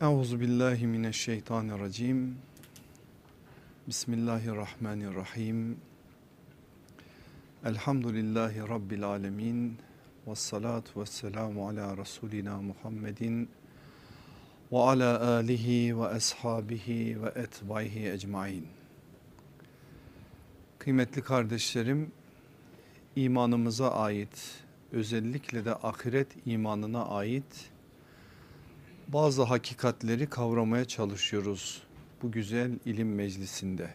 Euzubillahimineşşeytanirracim. Bismillahirrahmanirrahim. Elhamdülillahi Rabbil alemin. Vessalatu vesselamu ala Resulina Muhammedin ve ala alihi ve ashabihi ve etbaihi ecmain. Kıymetli kardeşlerim, imanımıza ait, özellikle de ahiret imanına ait bazı hakikatleri kavramaya çalışıyoruz bu güzel ilim meclisinde.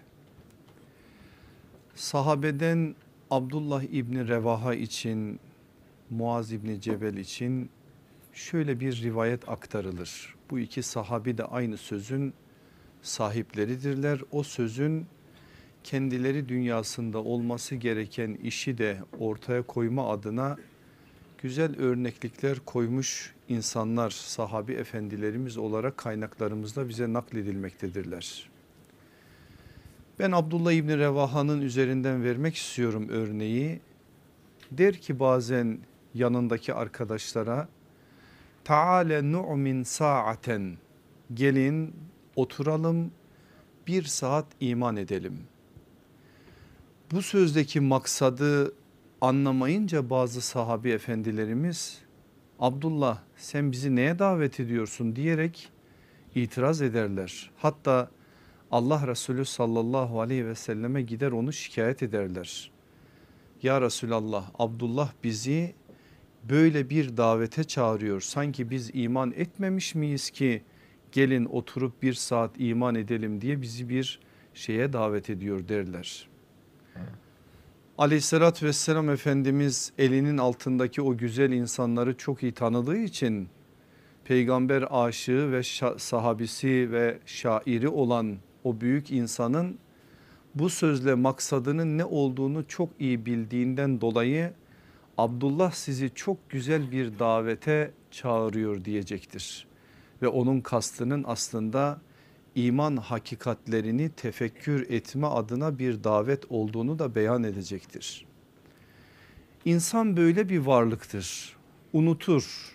Sahabeden Abdullah İbni Revaha için, Muaz İbni Cebel için şöyle bir rivayet aktarılır. Bu iki sahabi de aynı sözün sahipleridirler. O sözün kendileri dünyasında olması gereken işi de ortaya koyma adına güzel örneklikler koymuş insanlar, sahabi efendilerimiz olarak kaynaklarımızda bize nakledilmektedirler. Ben Abdullah İbni Revaha'nın üzerinden vermek istiyorum örneği. Der ki bazen yanındaki arkadaşlara, "Taale nu'min sa'aten, gelin oturalım bir saat iman edelim." Bu sözdeki maksadı anlamayınca bazı sahabi efendilerimiz, "Abdullah, sen bizi neye davet ediyorsun?" diyerek itiraz ederler. Hatta Allah Resulü sallallahu aleyhi ve selleme gider onu şikayet ederler. "Ya Resulallah, Abdullah bizi böyle bir davete çağırıyor. Sanki biz iman etmemiş miyiz ki gelin oturup bir saat iman edelim diye bizi bir şeye davet ediyor" derler. Aleyhissalatü vesselam Efendimiz elinin altındaki o güzel insanları çok iyi tanıdığı için peygamber aşığı ve sahabisi ve şairi olan o büyük insanın bu sözle maksadının ne olduğunu çok iyi bildiğinden dolayı Abdullah sizi çok güzel bir davete çağırıyor diyecektir. Ve onun kastının aslında iman hakikatlerini tefekkür etme adına bir davet olduğunu da beyan edecektir. İnsan böyle bir varlıktır. Unutur,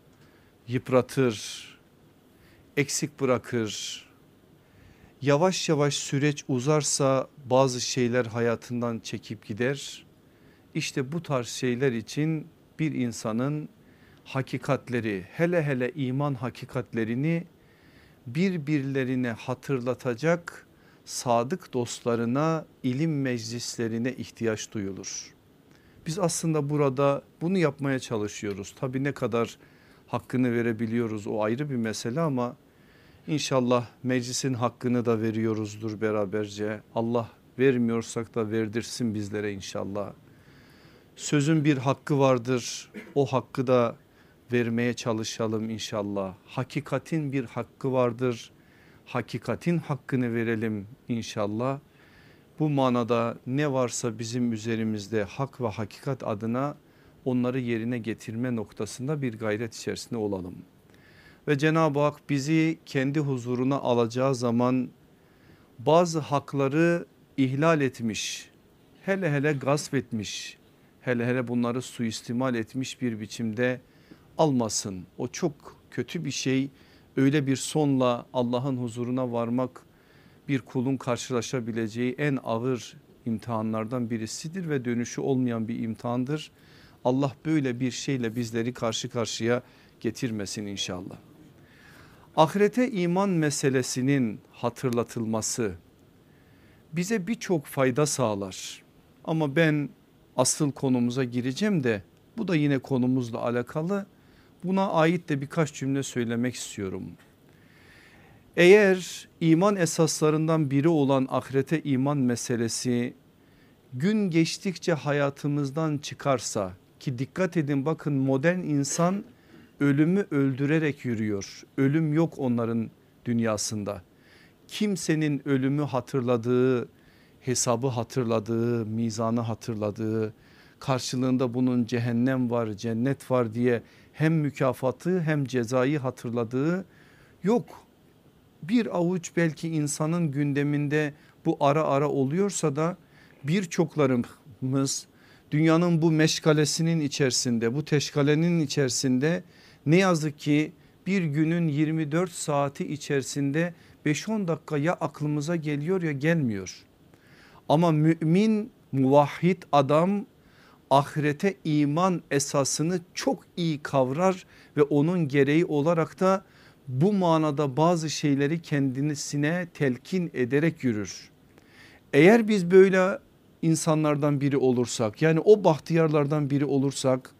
yıpratır, eksik bırakır. Yavaş yavaş süreç uzarsa bazı şeyler hayatından çekip gider. İşte bu tarz şeyler için bir insanın hakikatleri, hele hele iman hakikatlerini birbirlerine hatırlatacak sadık dostlarına, ilim meclislerine ihtiyaç duyulur. Biz aslında burada bunu yapmaya çalışıyoruz. Tabii ne kadar hakkını verebiliyoruz o ayrı bir mesele ama inşallah meclisin hakkını da veriyoruzdur beraberce. Allah vermiyorsak da verdirsin bizlere inşallah. Sözün bir hakkı vardır, o hakkı da vermeye çalışalım inşallah. Hakikatin bir hakkı vardır, hakikatin hakkını verelim inşallah. Bu manada ne varsa bizim üzerimizde hak ve hakikat adına onları yerine getirme noktasında bir gayret içerisinde olalım. Ve Cenab-ı Hak bizi kendi huzuruna alacağı zaman bazı hakları ihlal etmiş, hele hele gasp etmiş, hele hele bunları suistimal etmiş bir biçimde almasın. O çok kötü bir şey. Öyle bir sonla Allah'ın huzuruna varmak bir kulun karşılaşabileceği en ağır imtihanlardan birisidir ve dönüşü olmayan bir imtihandır. Allah böyle bir şeyle bizleri karşı karşıya getirmesin inşallah. Ahirete iman meselesinin hatırlatılması bize birçok fayda sağlar. Ama ben asıl konumuza gireceğim de bu da yine konumuzla alakalı. Buna ait de birkaç cümle söylemek istiyorum. Eğer iman esaslarından biri olan ahirete iman meselesi gün geçtikçe hayatımızdan çıkarsa, ki dikkat edin bakın modern insan ölümü öldürerek yürüyor. Ölüm yok onların dünyasında. Kimsenin ölümü hatırladığı, hesabı hatırladığı, mizanı hatırladığı, karşılığında bunun cehennem var, cennet var diye hem mükafatı hem cezayı hatırladığı yok. Bir avuç belki insanın gündeminde bu ara ara oluyorsa da birçoklarımız dünyanın bu meşgalesinin içerisinde, bu teşkalenin içerisinde ne yazık ki bir günün 24 saati içerisinde 5-10 dakika ya aklımıza geliyor ya gelmiyor. Ama mümin muvahhid adam ahirete iman esasını çok iyi kavrar ve onun gereği olarak da bu manada bazı şeyleri kendisine telkin ederek yürür. Eğer biz böyle insanlardan biri olursak, yani o bahtiyarlardan biri olursak,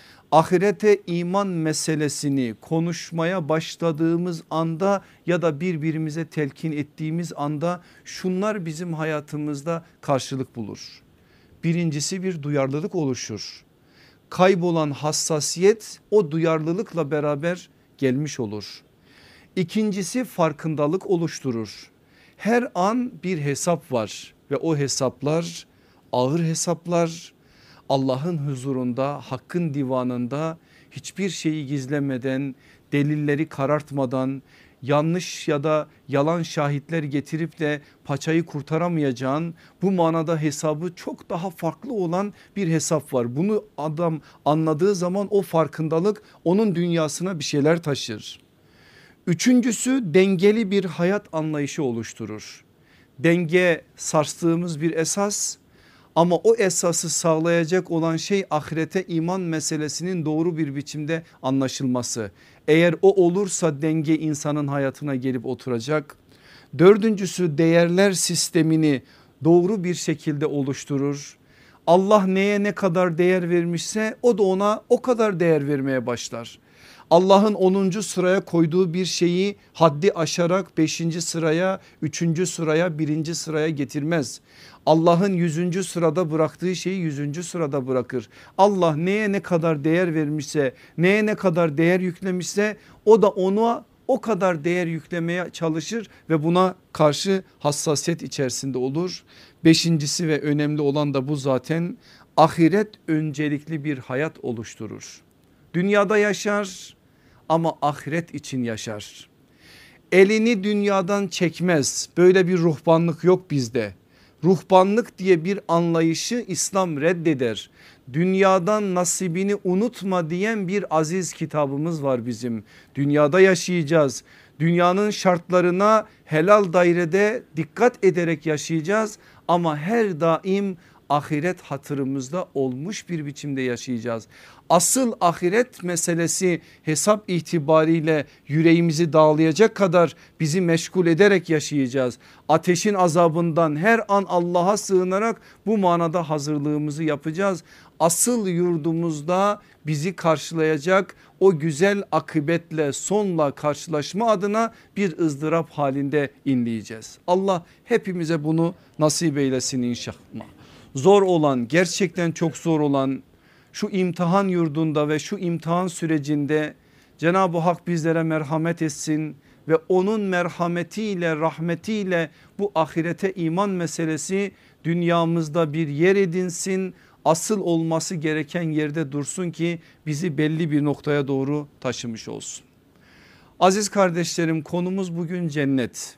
ahirete iman meselesini konuşmaya başladığımız anda ya da birbirimize telkin ettiğimiz anda şunlar bizim hayatımızda karşılık bulur. Birincisi, bir duyarlılık oluşur. Kaybolan hassasiyet o duyarlılıkla beraber gelmiş olur. İkincisi, farkındalık oluşturur. Her an bir hesap var ve o hesaplar ağır hesaplar. Allah'ın huzurunda, hakkın divanında hiçbir şeyi gizlemeden, delilleri karartmadan, yanlış ya da yalan şahitler getirip de paçayı kurtaramayacağın, bu manada hesabı çok daha farklı olan bir hesap var. Bunu adam anladığı zaman o farkındalık onun dünyasına bir şeyler taşır. Üçüncüsü, dengeli bir hayat anlayışı oluşturur. Denge sarstığımız bir esas, ama o esası sağlayacak olan şey ahirete iman meselesinin doğru bir biçimde anlaşılması. Eğer o olursa denge insanın hayatına gelip oturacak. Dördüncüsü, değerler sistemini doğru bir şekilde oluşturur. Allah neye ne kadar değer vermişse o da ona o kadar değer vermeye başlar. Allah'ın 10. sıraya koyduğu bir şeyi haddi aşarak 5. sıraya, 3. sıraya, 1. sıraya getirmez. Allah'ın 100. sırada bıraktığı şeyi 100. sırada bırakır. Allah neye ne kadar değer vermişse, neye ne kadar değer yüklemişse o da ona o kadar değer yüklemeye çalışır ve buna karşı hassasiyet içerisinde olur. Beşincisi ve önemli olan da bu zaten, ahiret öncelikli bir hayat oluşturur. Dünyada yaşar ama ahiret için yaşar. Elini dünyadan çekmez. Böyle bir ruhbanlık yok bizde. Ruhbanlık diye bir anlayışı İslam reddeder. Dünyadan nasibini unutma diyen bir aziz kitabımız var bizim. Dünyada yaşayacağız. Dünyanın şartlarına helal dairede dikkat ederek yaşayacağız ama her daim ahiret hatırımızda olmuş bir biçimde yaşayacağız. Asıl ahiret meselesi hesap itibariyle yüreğimizi dağlayacak kadar bizi meşgul ederek yaşayacağız. Ateşin azabından her an Allah'a sığınarak bu manada hazırlığımızı yapacağız. Asıl yurdumuzda bizi karşılayacak o güzel akıbetle, sonla karşılaşma adına bir ızdırap halinde inleyeceğiz. Allah hepimize bunu nasip eylesin inşallah. Zor olan, gerçekten çok zor olan şu imtihan yurdunda ve şu imtihan sürecinde Cenab-ı Hak bizlere merhamet etsin ve onun merhametiyle, rahmetiyle bu ahirete iman meselesi dünyamızda bir yer edinsin. Asıl olması gereken yerde dursun ki bizi belli bir noktaya doğru taşımış olsun. Aziz kardeşlerim, konumuz bugün cennet.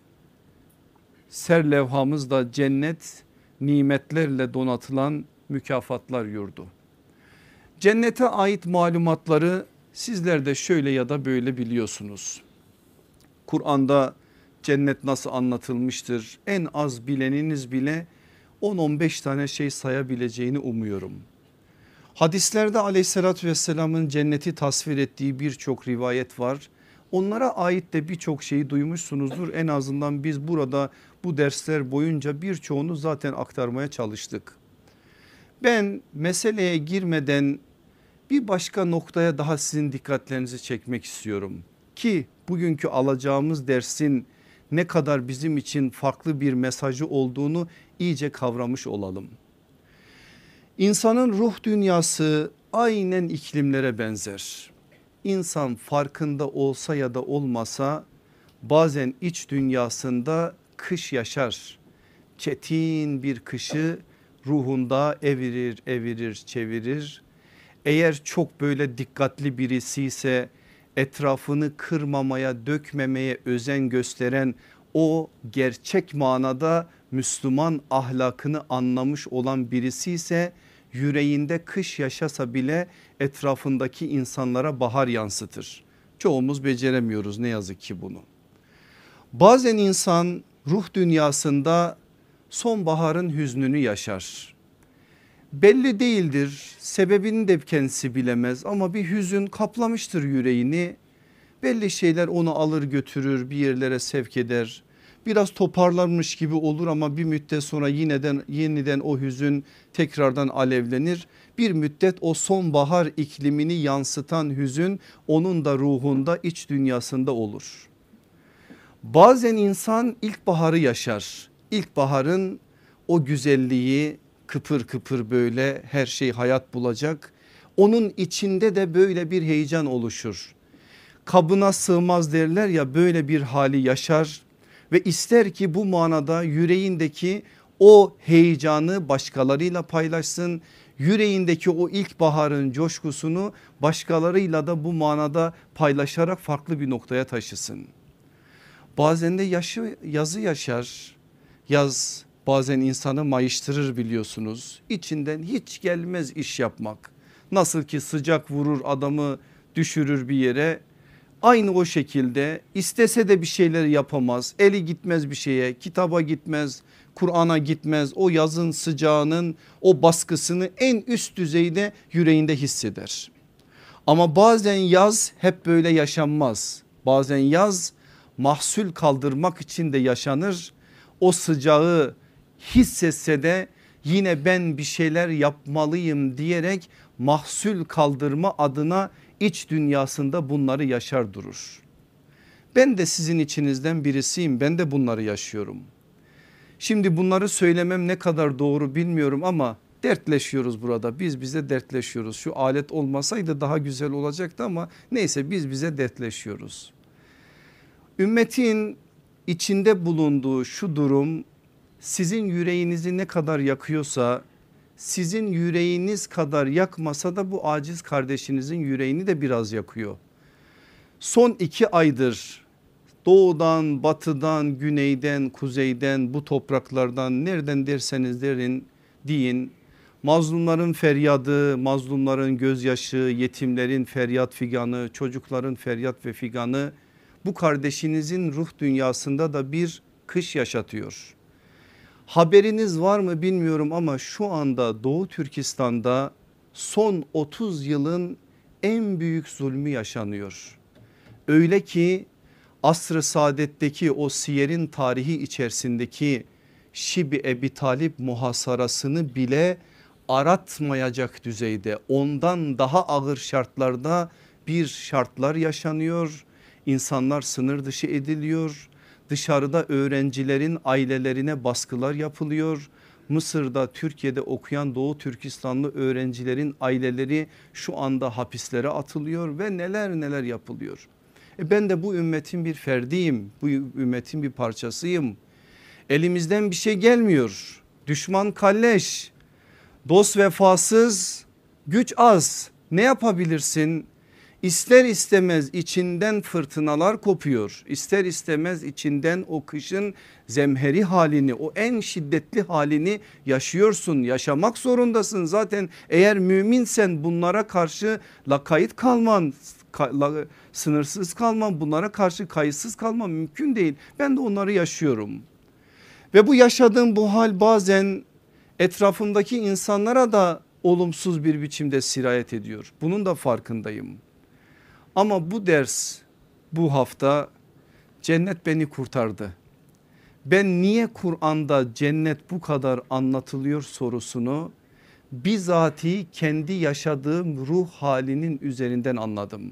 Serlevhamız da cennet, nimetlerle donatılan mükafatlar yurdu. Cennete ait malumatları sizler de şöyle ya da böyle biliyorsunuz. Kur'an'da cennet nasıl anlatılmıştır? En az bileniniz bile 10-15 tane şey sayabileceğini umuyorum. Hadislerde aleyhissalatü vesselamın cenneti tasvir ettiği birçok rivayet var. Onlara ait de birçok şeyi duymuşsunuzdur. En azından biz burada bu dersler boyunca birçoğunu zaten aktarmaya çalıştık. Ben meseleye girmeden bir başka noktaya daha sizin dikkatlerinizi çekmek istiyorum. Ki bugünkü alacağımız dersin ne kadar bizim için farklı bir mesajı olduğunu iyice kavramış olalım. İnsanın ruh dünyası aynen iklimlere benzer. İnsan farkında olsa ya da olmasa bazen iç dünyasında kış yaşar. Çetin bir kışı ruhunda evirir evirir çevirir. Eğer çok böyle dikkatli birisi ise etrafını kırmamaya, dökmemeye özen gösteren, o gerçek manada Müslüman ahlakını anlamış olan birisi ise yüreğinde kış yaşasa bile etrafındaki insanlara bahar yansıtır. Çoğumuz beceremiyoruz ne yazık ki bunu. Bazen insan ruh dünyasında sonbaharın hüznünü yaşar. Belli değildir, sebebini de kendisi bilemez ama bir hüzün kaplamıştır yüreğini. Belli şeyler onu alır götürür, bir yerlere sevk eder. Biraz toparlanmış gibi olur ama bir müddet sonra yeniden o hüzün tekrardan alevlenir. Bir müddet o sonbahar iklimini yansıtan hüzün onun da ruhunda, iç dünyasında olur. Bazen insan ilkbaharı yaşar. İlkbaharın o güzelliği, kıpır kıpır böyle her şey hayat bulacak. Onun içinde de böyle bir heyecan oluşur. Kabına sığmaz derler ya, böyle bir hali yaşar ve ister ki bu manada yüreğindeki o heyecanı başkalarıyla paylaşsın. Yüreğindeki o ilkbaharın coşkusunu başkalarıyla da bu manada paylaşarak farklı bir noktaya taşısın. Bazen de yazı yaşar. Yaz bazen insanı mayıştırır biliyorsunuz. İçinden hiç gelmez iş yapmak. Nasıl ki sıcak vurur adamı, düşürür bir yere. Aynı o şekilde istese de bir şeyler yapamaz. Eli gitmez bir şeye, kitaba gitmez, Kur'an'a gitmez. O yazın sıcağının o baskısını en üst düzeyde yüreğinde hisseder. Ama bazen yaz hep böyle yaşanmaz. Bazen yaz mahsul kaldırmak için de yaşanır. O sıcağı hissetse de yine ben bir şeyler yapmalıyım diyerek mahsul kaldırma adına iç dünyasında bunları yaşar durur. Ben de sizin içinizden birisiyim, ben de bunları yaşıyorum. Şimdi bunları söylemem ne kadar doğru bilmiyorum ama dertleşiyoruz burada, biz bize dertleşiyoruz. Şu alet olmasaydı daha güzel olacaktı ama neyse, biz bize dertleşiyoruz. Ümmetin içinde bulunduğu şu durum sizin yüreğinizi ne kadar yakıyorsa, sizin yüreğiniz kadar yakmasa da bu aciz kardeşinizin yüreğini de biraz yakıyor. Son 2 aydır doğudan, batıdan, güneyden, kuzeyden, bu topraklardan, nereden derseniz deyin, mazlumların feryadı, mazlumların gözyaşı, yetimlerin feryat figanı, çocukların feryat ve figanı bu kardeşinizin ruh dünyasında da bir kış yaşatıyor. Haberiniz var mı bilmiyorum ama şu anda Doğu Türkistan'da son 30 yılın en büyük zulmü yaşanıyor. Öyle ki asr-ı saadetteki o siyerin tarihi içerisindeki Şibi Ebi Talip muhasarasını bile aratmayacak düzeyde, ondan daha ağır şartlarda bir şartlar yaşanıyor. İnsanlar sınır dışı ediliyor. Dışarıda öğrencilerin ailelerine baskılar yapılıyor. Mısır'da, Türkiye'de okuyan Doğu Türkistanlı öğrencilerin aileleri şu anda hapislere atılıyor ve neler neler yapılıyor. Ben de bu ümmetin bir ferdiyim, bu ümmetin bir parçasıyım. Elimizden bir şey gelmiyor. Düşman kalleş, dost vefasız, güç az. Ne yapabilirsin? İster istemez içinden fırtınalar kopuyor. İster istemez içinden o kışın zemheri halini, o en şiddetli halini yaşıyorsun. Yaşamak zorundasın. Zaten eğer müminsen bunlara karşı lakayt kalman, sınırsız kalman, bunlara karşı kayıtsız kalman mümkün değil. Ben de onları yaşıyorum. Ve bu yaşadığım bu hal bazen etrafımdaki insanlara da olumsuz bir biçimde sirayet ediyor. Bunun da farkındayım. Ama bu ders, bu hafta cennet beni kurtardı. Ben niye Kur'an'da cennet bu kadar anlatılıyor sorusunu bizatihi kendi yaşadığım ruh halinin üzerinden anladım.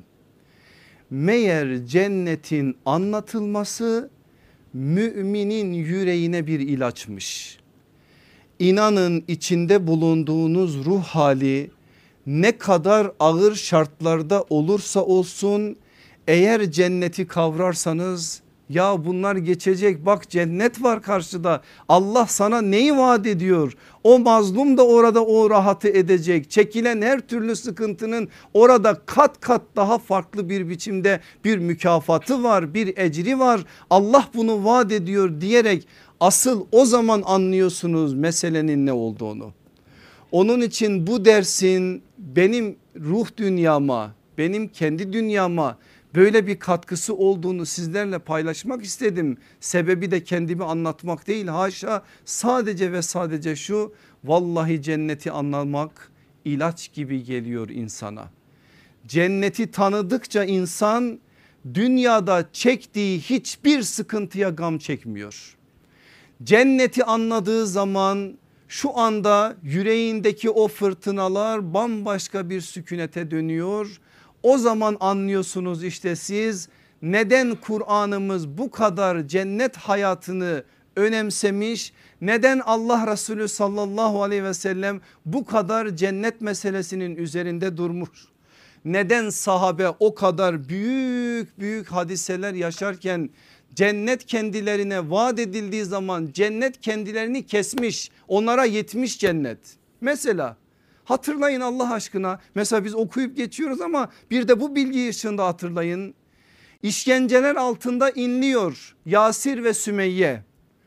Meğer cennetin anlatılması müminin yüreğine bir ilaçmış. İnanın içinde bulunduğunuz ruh hali ne kadar ağır şartlarda olursa olsun, eğer cenneti kavrarsanız, ya bunlar geçecek, bak cennet var karşıda, Allah sana neyi vaat ediyor, o mazlum da orada o rahatı edecek, çekilen her türlü sıkıntının orada kat kat daha farklı bir biçimde bir mükafatı var, bir ecri var, Allah bunu vaat ediyor diyerek asıl o zaman anlıyorsunuz meselenin ne olduğunu. Onun için bu dersin benim ruh dünyama, benim kendi dünyama, böyle bir katkısı olduğunu sizlerle paylaşmak istedim. Sebebi de kendimi anlatmak değil, haşa, sadece ve sadece şu: vallahi cenneti anlamak ilaç gibi geliyor insana. Cenneti tanıdıkça insan dünyada çektiği hiçbir sıkıntıya gam çekmiyor. Cenneti anladığı zaman şu anda yüreğindeki o fırtınalar bambaşka bir sükunete dönüyor. O zaman anlıyorsunuz işte siz neden Kur'an'ımız bu kadar cennet hayatını önemsemiş, neden Allah Resulü sallallahu aleyhi ve sellem bu kadar cennet meselesinin üzerinde durmuş. Neden sahabe o kadar büyük büyük hadiseler yaşarken cennet kendilerine vaat edildiği zaman cennet kendilerini kesmiş, onlara yetmiş cennet. Mesela hatırlayın Allah aşkına, mesela biz okuyup geçiyoruz ama bir de bu bilgi ışığında hatırlayın. İşkenceler altında inliyor Yasir ve Sümeyye.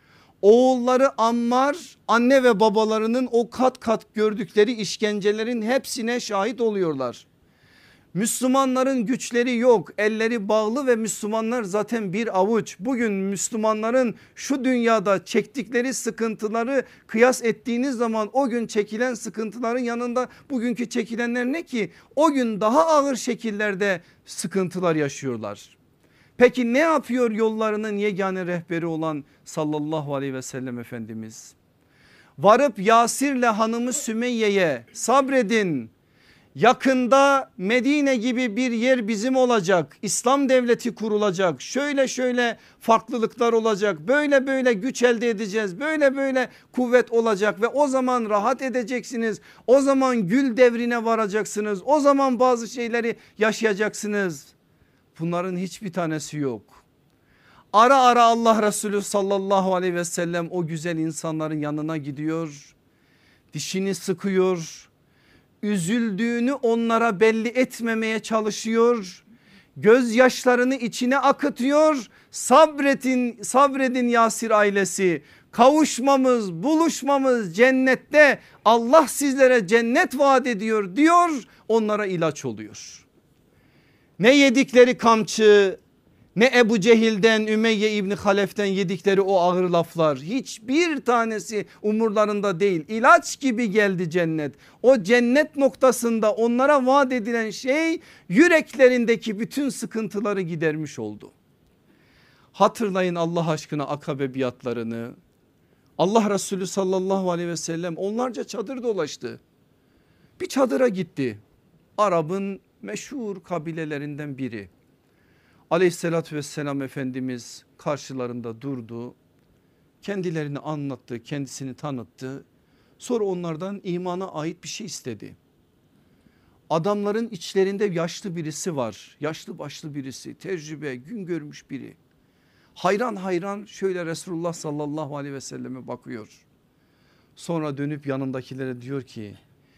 Oğulları Ammar anne ve babalarının o kat kat gördükleri işkencelerin hepsine şahit oluyorlar. Müslümanların güçleri yok, elleri bağlı ve Müslümanlar zaten bir avuç. Bugün Müslümanların şu dünyada çektikleri sıkıntıları kıyas ettiğiniz zaman o gün çekilen sıkıntıların yanında bugünkü çekilenler ne ki? O gün daha ağır şekillerde sıkıntılar yaşıyorlar. Peki ne yapıyor yollarının yegane rehberi olan sallallahu aleyhi ve sellem Efendimiz? Varıp Yasir'le hanımı Sümeyye'ye sabredin, yakında Medine gibi bir yer bizim olacak, İslam devleti kurulacak, şöyle şöyle farklılıklar olacak, böyle böyle güç elde edeceğiz, böyle böyle kuvvet olacak ve o zaman rahat edeceksiniz, o zaman gül devrine varacaksınız, o zaman bazı şeyleri yaşayacaksınız. Bunların hiçbir tanesi yok. Ara ara Allah Resulü sallallahu aleyhi ve sellem o güzel insanların yanına gidiyor, dişini sıkıyor, üzüldüğünü onlara belli etmemeye çalışıyor. Gözyaşlarını içine akıtıyor. Sabredin, sabredin Yasir ailesi. Kavuşmamız, buluşmamız cennette. Allah sizlere cennet vaat ediyor diyor. Onlara ilaç oluyor. Ne yedikleri kamçı, ne Ebu Cehil'den, Ümeyye İbni Halef'ten yedikleri o ağır laflar, hiçbir tanesi umurlarında değil. İlaç gibi geldi cennet. O cennet noktasında onlara vaat edilen şey yüreklerindeki bütün sıkıntıları gidermiş oldu. Hatırlayın Allah aşkına Akabe biatlarını. Allah Resulü sallallahu aleyhi ve sellem onlarca çadır dolaştı. Bir çadıra gitti. Arap'ın meşhur kabilelerinden biri. Aleyhissalatü vesselam Efendimiz karşılarında durdu. Kendilerini anlattı, kendisini tanıttı. Sonra onlardan imana ait bir şey istedi. Adamların içlerinde yaşlı birisi var. Yaşlı başlı birisi, tecrübe, gün görmüş biri. Hayran hayran şöyle Resulullah sallallahu aleyhi ve selleme bakıyor. Sonra dönüp yanındakilere diyor ki: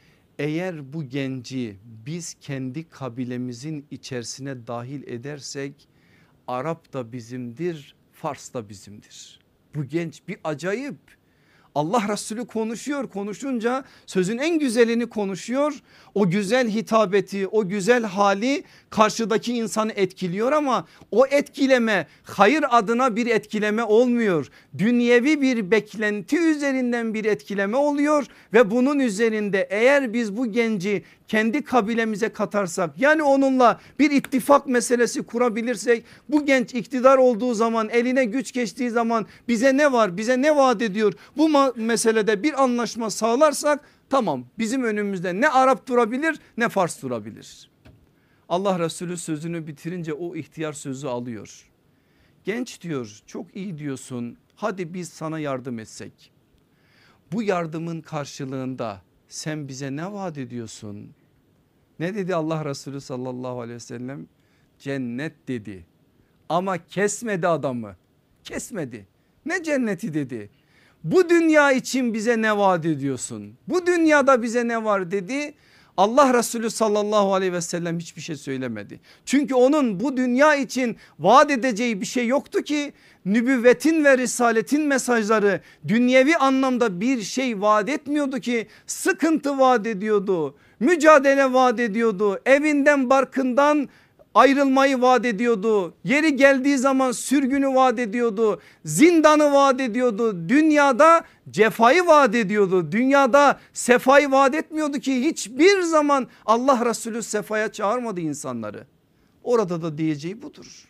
eğer bu genci biz kendi kabilemizin içerisine dahil edersek Arap da bizimdir, Fars da bizimdir. Bu genç bir acayip. Allah Resulü konuşuyor, konuşunca sözün en güzelini konuşuyor. O güzel hitabeti, o güzel hali karşıdaki insanı etkiliyor ama o etkileme hayır adına bir etkileme olmuyor. Dünyevi bir beklenti üzerinden bir etkileme oluyor ve bunun üzerinde eğer biz bu genci kendi kabilemize katarsak, yani onunla bir ittifak meselesi kurabilirsek, bu genç iktidar olduğu zaman, eline güç geçtiği zaman bize ne var, bize ne vaat ediyor, bu meselede bir anlaşma sağlarsak tamam, bizim önümüzde ne Arap durabilir ne Fars durabilir. Allah Resulü sözünü bitirince o ihtiyar sözü alıyor. Genç diyor, çok iyi diyorsun, hadi biz sana yardım etsek. Bu yardımın karşılığında sen bize ne vaat ediyorsun? Ne dedi Allah Resulü sallallahu aleyhi ve sellem? Cennet dedi. Ama kesmedi adamı. Kesmedi. Ne cenneti dedi. Bu dünya için bize ne vaat ediyorsun? Bu dünyada bize ne var dedi. Allah Resulü sallallahu aleyhi ve sellem hiçbir şey söylemedi. Çünkü onun bu dünya için vaat edeceği bir şey yoktu ki. Nübüvvetin ve risaletin mesajları dünyevi anlamda bir şey vaat etmiyordu ki. Sıkıntı vaat ediyordu, mücadele vaat ediyordu, evinden barkından ayrılmayı vaat ediyordu. Yeri geldiği zaman sürgünü vaat ediyordu. Zindanı vaat ediyordu. Dünyada cefayı vaat ediyordu. Dünyada sefayı vaat etmiyordu ki hiçbir zaman Allah Resulü sefaya çağırmadı insanları. Orada da diyeceği budur.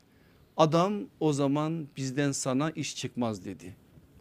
Adam o zaman bizden sana iş çıkmaz dedi.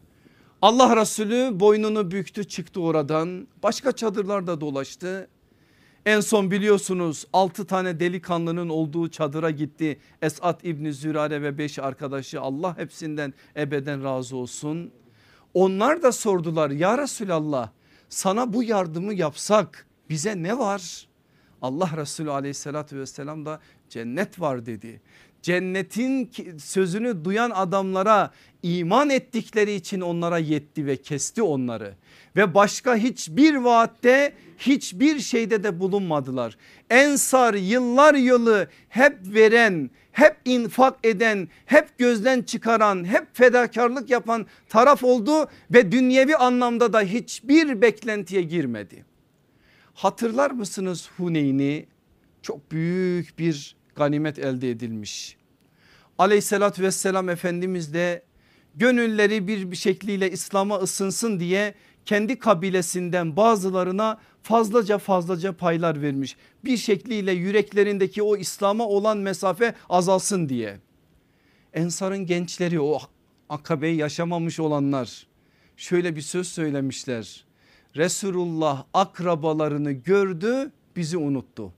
Allah Resulü boynunu büktü, çıktı oradan, başka çadırlarda dolaştı. En son biliyorsunuz 6 tane delikanlının olduğu çadıra gitti. Esad İbni Zürare ve 5 arkadaşı, Allah hepsinden ebeden razı olsun. Onlar da sordular, ya Resulallah sana bu yardımı yapsak bize ne var? Allah Resulü aleyhissalatü vesselam da cennet var dedi. Cennetin sözünü duyan adamlara iman ettikleri için onlara yetti ve kesti onları. Ve başka hiçbir vaatte, hiçbir şeyde de bulunmadılar. Ensar yıllar yılı hep veren, hep infak eden, hep gözden çıkaran, hep fedakarlık yapan taraf oldu ve dünyevi anlamda da hiçbir beklentiye girmedi. Hatırlar mısınız Huneyn'i? Çok büyük bir ganimet elde edilmiş. Aleyhissalatü vesselam Efendimiz de gönülleri bir şekliyle İslam'a ısınsın diye kendi kabilesinden bazılarına fazlaca paylar vermiş. Bir şekliyle yüreklerindeki o İslam'a olan mesafe azalsın diye. Ensar'ın gençleri, o akabeyi yaşamamış olanlar şöyle bir söz söylemişler. Resulullah akrabalarını gördü, bizi unuttu.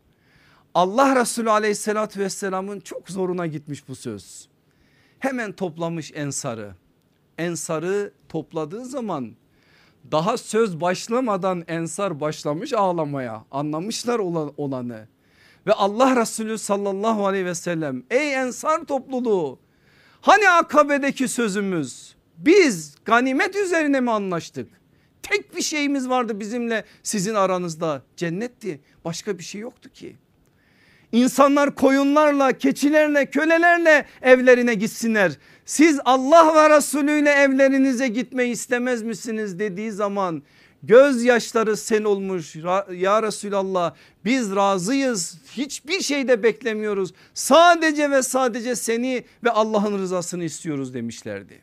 Allah Resulü aleyhissalatü vesselamın çok zoruna gitmiş bu söz. Hemen toplamış Ensar'ı. Ensar'ı topladığı zaman daha söz başlamadan Ensar başlamış ağlamaya. Anlamışlar olanı. Ve Allah Resulü sallallahu aleyhi ve sellem, ey Ensar topluluğu, hani Akabe'deki sözümüz, biz ganimet üzerine mi anlaştık? Tek bir şeyimiz vardı bizimle sizin aranızda, cennetti, başka bir şey yoktu ki. İnsanlar koyunlarla, keçilerle, kölelerle evlerine gitsinler. Siz Allah ve Resulü ile evlerinize gitmeyi istemez misiniz dediği zaman gözyaşları sel olmuş. Ya Resulallah biz razıyız, hiçbir şey de beklemiyoruz. Sadece ve sadece seni ve Allah'ın rızasını istiyoruz demişlerdi.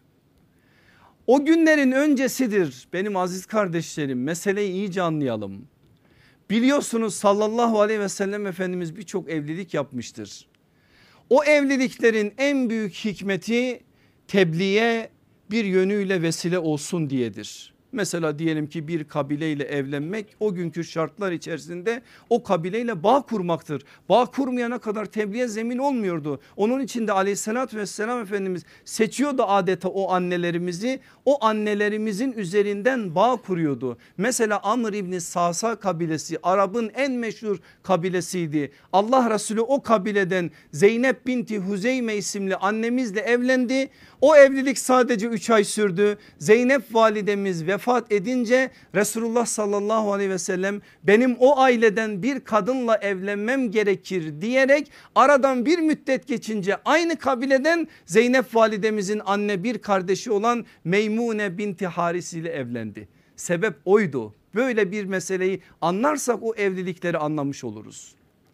O günlerin öncesidir benim aziz kardeşlerim, meseleyi iyice anlayalım. Biliyorsunuz sallallahu aleyhi ve sellem Efendimiz birçok evlilik yapmıştır. O evliliklerin en büyük hikmeti tebliğe bir yönüyle vesile olsun diyedir. Mesela diyelim ki bir kabileyle evlenmek o günkü şartlar içerisinde o kabileyle bağ kurmaktır. Bağ kurmayana kadar tebliğe zemin olmuyordu. Onun için de aleyhissalatü vesselam Efendimiz seçiyordu adeta o annelerimizi. O annelerimizin üzerinden bağ kuruyordu. Mesela Amr İbni Sasa kabilesi Arap'ın en meşhur kabilesiydi. Allah Resulü o kabileden Zeynep binti Huzeyme isimli annemizle evlendi. O evlilik sadece 3 ay sürdü. Zeynep validemiz vefat edince Resulullah sallallahu aleyhi ve sellem benim o aileden bir kadınla evlenmem gerekir diyerek aradan bir müddet geçince aynı kabileden Zeynep validemizin anne bir kardeşi olan Meymune binti Haris ile evlendi. Sebep oydu. Böyle bir meseleyi anlarsak o evlilikleri anlamış oluruz.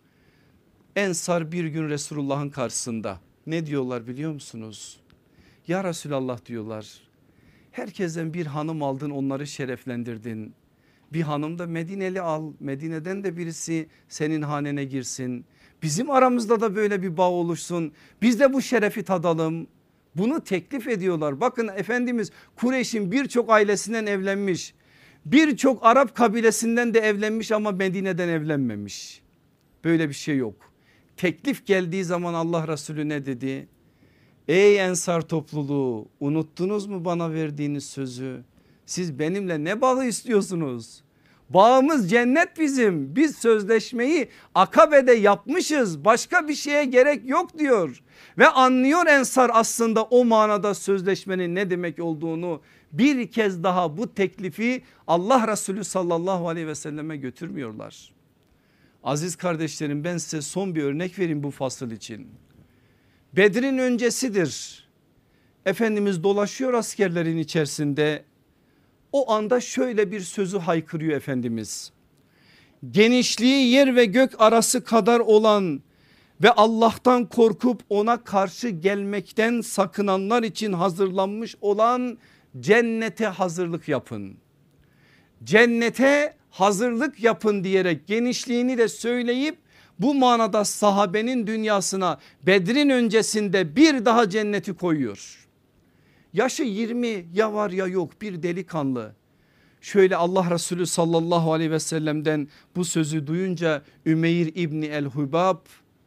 Ensar bir gün Resulullah'ın karşısında ne diyorlar biliyor musunuz? Ya Resulallah diyorlar, herkesten bir hanım aldın, onları şereflendirdin. Bir hanım da Medineli al, Medine'den de birisi senin hanene girsin. Bizim aramızda da böyle bir bağ oluşsun, biz de bu şerefi tadalım. Bunu teklif ediyorlar. Bakın Efendimiz Kureyş'in birçok ailesinden evlenmiş. Birçok Arap kabilesinden de evlenmiş ama Medine'den evlenmemiş. Böyle bir şey yok. Teklif geldiği zaman Allah Resulü ne dedi? Ey Ensar topluluğu, unuttunuz mu bana verdiğiniz sözü? Siz benimle ne bağı istiyorsunuz? Bağımız cennet bizim. Biz sözleşmeyi Akabe'de yapmışız. Başka bir şeye gerek yok diyor. Ve anlıyor Ensar aslında o manada sözleşmenin ne demek olduğunu. Bir kez daha bu teklifi Allah Resulü sallallahu aleyhi ve selleme götürmüyorlar. Aziz kardeşlerim, ben size son bir örnek vereyim bu fasıl için. Bedir'in öncesidir. Efendimiz dolaşıyor askerlerin içerisinde. O anda şöyle bir sözü haykırıyor Efendimiz. Genişliği yer ve gök arası kadar olan ve Allah'tan korkup ona karşı gelmekten sakınanlar için hazırlanmış olan cennete hazırlık yapın. Cennete hazırlık yapın diyerek genişliğini de söyleyip bu manada sahabenin dünyasına Bedir'in öncesinde bir daha cenneti koyuyor. Yaşı 20 ya var ya yok bir delikanlı. Şöyle Allah Resulü sallallahu aleyhi ve sellem'den bu sözü duyunca Ümeyr İbni el-Hubab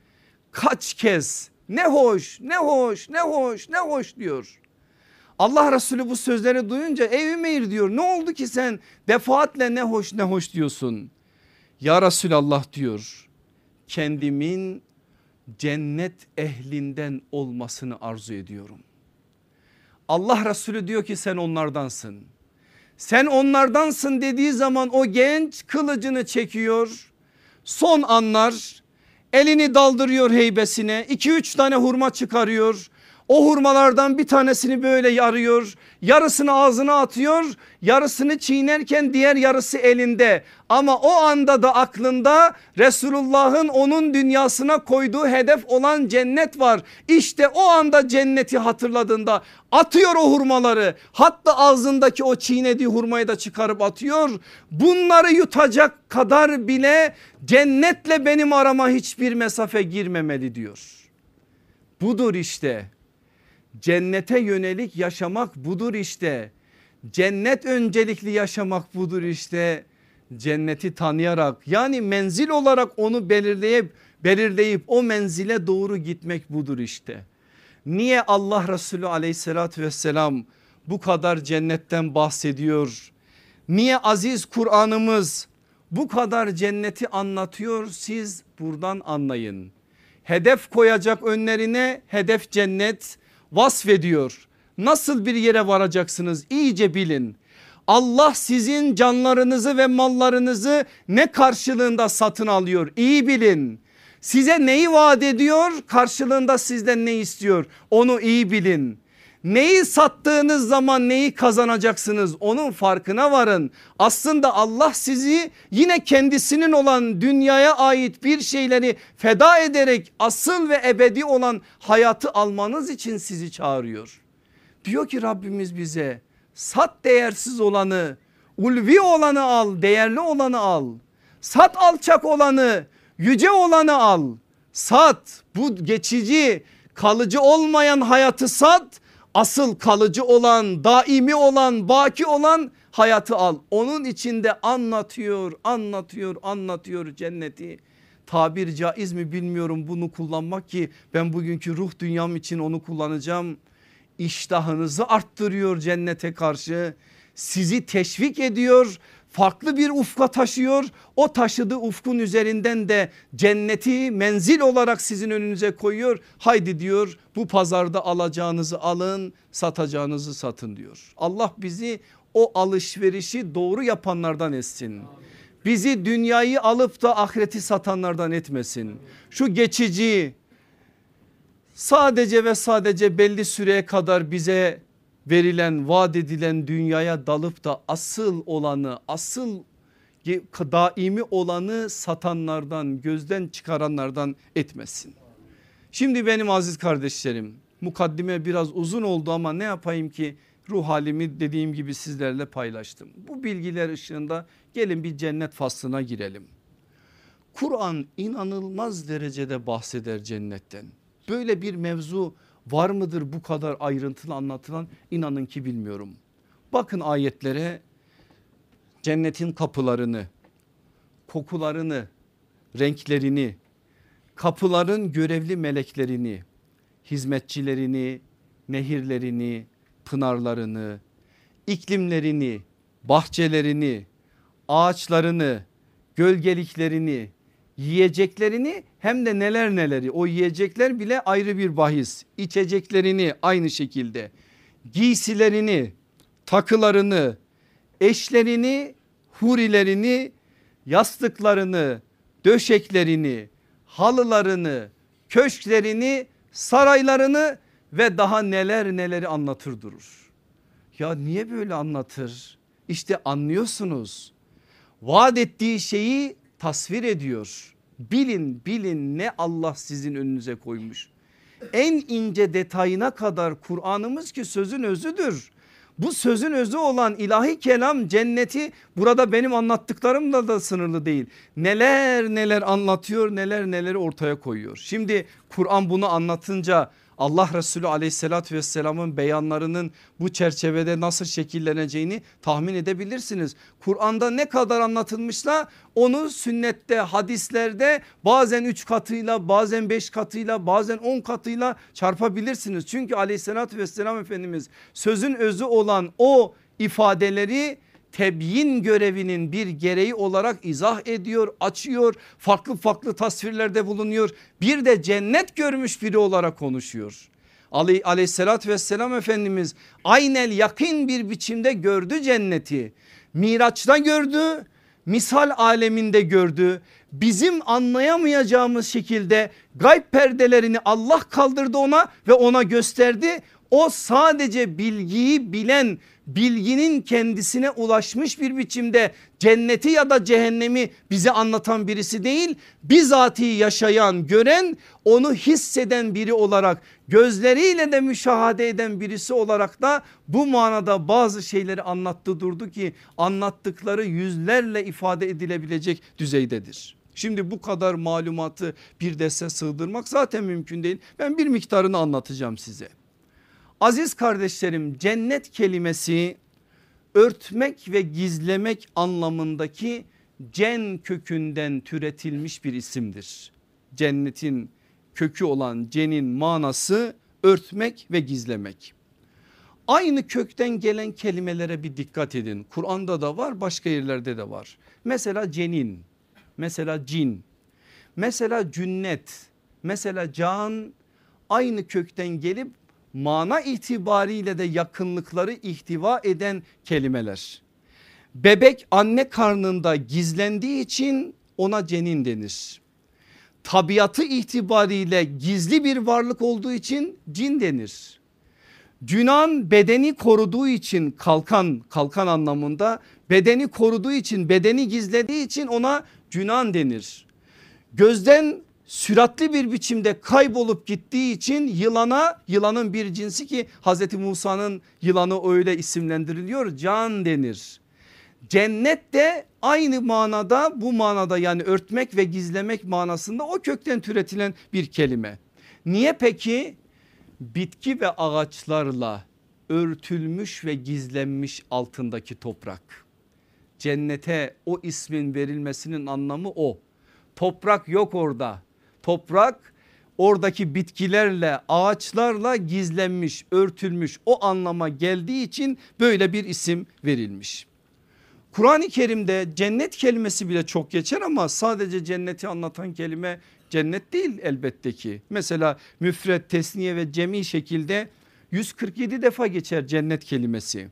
kaç kez ne hoş ne hoş ne hoş ne hoş diyor. Allah Resulü bu sözleri duyunca ey Ümeyr diyor, ne oldu ki sen defaatle ne hoş ne hoş diyorsun. Ya Resulallah diyor, kendimin cennet ehlinden olmasını arzu ediyorum. Allah Resulü diyor ki sen onlardansın. Sen onlardansın dediği zaman o genç kılıcını çekiyor. Son anlar elini daldırıyor heybesine, 2-3 tane hurma çıkarıyor. O hurmalardan bir tanesini böyle yarıyor, yarısını ağzına atıyor, yarısını çiğnerken diğer yarısı elinde. Ama o anda da aklında Resulullah'ın onun dünyasına koyduğu hedef olan cennet var. İşte o anda cenneti hatırladığında atıyor o hurmaları, hatta ağzındaki o çiğnediği hurmayı da çıkarıp atıyor. Bunları yutacak kadar bile cennetle benim arama hiçbir mesafe girmemeli diyor. Budur işte. Cennete yönelik yaşamak budur işte. Cennet öncelikli yaşamak budur işte. Cenneti tanıyarak, yani menzil olarak onu belirleyip o menzile doğru gitmek budur işte. Niye Allah Resulü aleyhissalatü vesselam bu kadar cennetten bahsediyor? Niye aziz Kur'an'ımız bu kadar cenneti anlatıyor? Siz buradan anlayın. Hedef koyacak önlerine, hedef cennet vasfediyor. Nasıl bir yere varacaksınız iyice bilin. Allah sizin canlarınızı ve mallarınızı ne karşılığında satın alıyor iyi bilin. Size neyi vaat ediyor, karşılığında sizden ne istiyor onu iyi bilin. Neyi sattığınız zaman neyi kazanacaksınız onun farkına varın. Aslında Allah sizi yine kendisinin olan dünyaya ait bir şeyleri feda ederek asıl ve ebedi olan hayatı almanız için sizi çağırıyor. Diyor ki Rabbimiz bize, sat değersiz olanı, ulvi olanı al, değerli olanı al. Sat alçak olanı, yüce olanı al. Sat, bu geçici kalıcı olmayan hayatı sat. Asıl kalıcı olan, daimi olan, baki olan hayatı al. Onun içinde anlatıyor cenneti. Tabir caiz mi bilmiyorum bunu kullanmak, ki ben bugünkü ruh dünyam için onu kullanacağım. İştahınızı arttırıyor cennete karşı. Sizi teşvik ediyor. Farklı bir ufka taşıyor. O taşıdığı ufkun üzerinden de cenneti menzil olarak sizin önünüze koyuyor. Haydi diyor, bu pazarda alacağınızı alın, satacağınızı satın diyor. Allah bizi o alışverişi doğru yapanlardan etsin. Bizi dünyayı alıp da ahireti satanlardan etmesin. Şu geçici, sadece ve sadece belli süreye kadar bize verilen, vaat edilen dünyaya dalıp da asıl olanı, asıl daimi olanı satanlardan, gözden çıkaranlardan etmesin. Şimdi benim aziz kardeşlerim, mukaddime biraz uzun oldu ama ne yapayım ki ruh halimi dediğim gibi sizlerle paylaştım. Bu bilgiler ışığında gelin bir cennet faslına girelim. Kur'an inanılmaz derecede bahseder cennetten. Böyle bir mevzu var mıdır bu kadar ayrıntılı anlatılan? İnanın ki bilmiyorum. Bakın ayetlere, cennetin kapılarını, kokularını, renklerini, kapıların görevli meleklerini, hizmetçilerini, nehirlerini, pınarlarını, iklimlerini, bahçelerini, ağaçlarını, gölgeliklerini, yiyeceklerini, hem de neler neleri, o yiyecekler bile ayrı bir bahis, içeceklerini aynı şekilde, giysilerini, takılarını, eşlerini, hurilerini, yastıklarını, döşeklerini, halılarını, köşklerini, saraylarını ve daha neler neleri anlatır durur. Ya niye böyle anlatır? İşte anlıyorsunuz. Vaat ettiği şeyi tasvir ediyor. Bilin ne Allah sizin önünüze koymuş. En ince detayına kadar Kur'an'ımız ki sözün özüdür. Bu sözün özü olan ilahi kelam cenneti burada benim anlattıklarımla da sınırlı değil. Neler neler anlatıyor, neler neleri ortaya koyuyor. Şimdi Kur'an bunu anlatınca Allah Resulü aleyhissalatü vesselamın beyanlarının bu çerçevede nasıl şekilleneceğini tahmin edebilirsiniz. Kur'an'da ne kadar anlatılmışsa onu sünnette, hadislerde bazen 3 katıyla, bazen 5 katıyla, bazen 10 katıyla çarpabilirsiniz. Çünkü aleyhissalatü vesselam Efendimiz sözün özü olan o ifadeleri tebyin görevinin bir gereği olarak izah ediyor, açıyor, farklı farklı tasvirlerde bulunuyor. Bir de cennet görmüş biri olarak konuşuyor. Aleyhissalatü vesselam Efendimiz aynel yakın bir biçimde gördü cenneti. Miraç'ta gördü, misal aleminde gördü. Bizim anlayamayacağımız şekilde gayb perdelerini Allah kaldırdı ona ve ona gösterdi. O sadece bilgiyi bilen, bilginin kendisine ulaşmış bir biçimde cenneti ya da cehennemi bize anlatan birisi değil, bizatihi yaşayan, gören, onu hisseden biri olarak, gözleriyle de müşahede eden birisi olarak da bu manada bazı şeyleri anlattı durdu ki anlattıkları yüzlerle ifade edilebilecek düzeydedir. Şimdi bu kadar malumatı bir derse sığdırmak zaten mümkün değil. Ben bir miktarını anlatacağım size. Aziz kardeşlerim, cennet kelimesi örtmek ve gizlemek anlamındaki cen kökünden türetilmiş bir isimdir. Cennetin kökü olan cenin manası örtmek ve gizlemek. Aynı kökten gelen kelimelere bir dikkat edin. Kur'an'da da var, başka yerlerde de var. Mesela cenin, mesela cin, mesela cünnet, mesela can aynı kökten gelip mana itibariyle de yakınlıkları ihtiva eden kelimeler. Bebek anne karnında gizlendiği için ona cenin denir. Tabiatı itibariyle gizli bir varlık olduğu için cin denir. Cünan bedeni koruduğu için kalkan anlamında, bedeni koruduğu için, bedeni gizlediği için ona cünan denir. Gözden süratli bir biçimde kaybolup gittiği için yılanın bir cinsi ki Hazreti Musa'nın yılanı öyle isimlendiriliyor, can denir. Cennet de aynı manada, bu manada, yani örtmek ve gizlemek manasında o kökten türetilen bir kelime. Niye peki? Bitki ve ağaçlarla örtülmüş ve gizlenmiş altındaki toprak. Cennete o ismin verilmesinin anlamı o. Toprak yok orada. Toprak oradaki bitkilerle, ağaçlarla gizlenmiş, örtülmüş, o anlama geldiği için böyle bir isim verilmiş. Kur'an-ı Kerim'de cennet kelimesi bile çok geçer ama sadece cenneti anlatan kelime cennet değil elbette ki. Mesela müfret, tesniye ve cemi şekilde 147 defa geçer cennet kelimesi.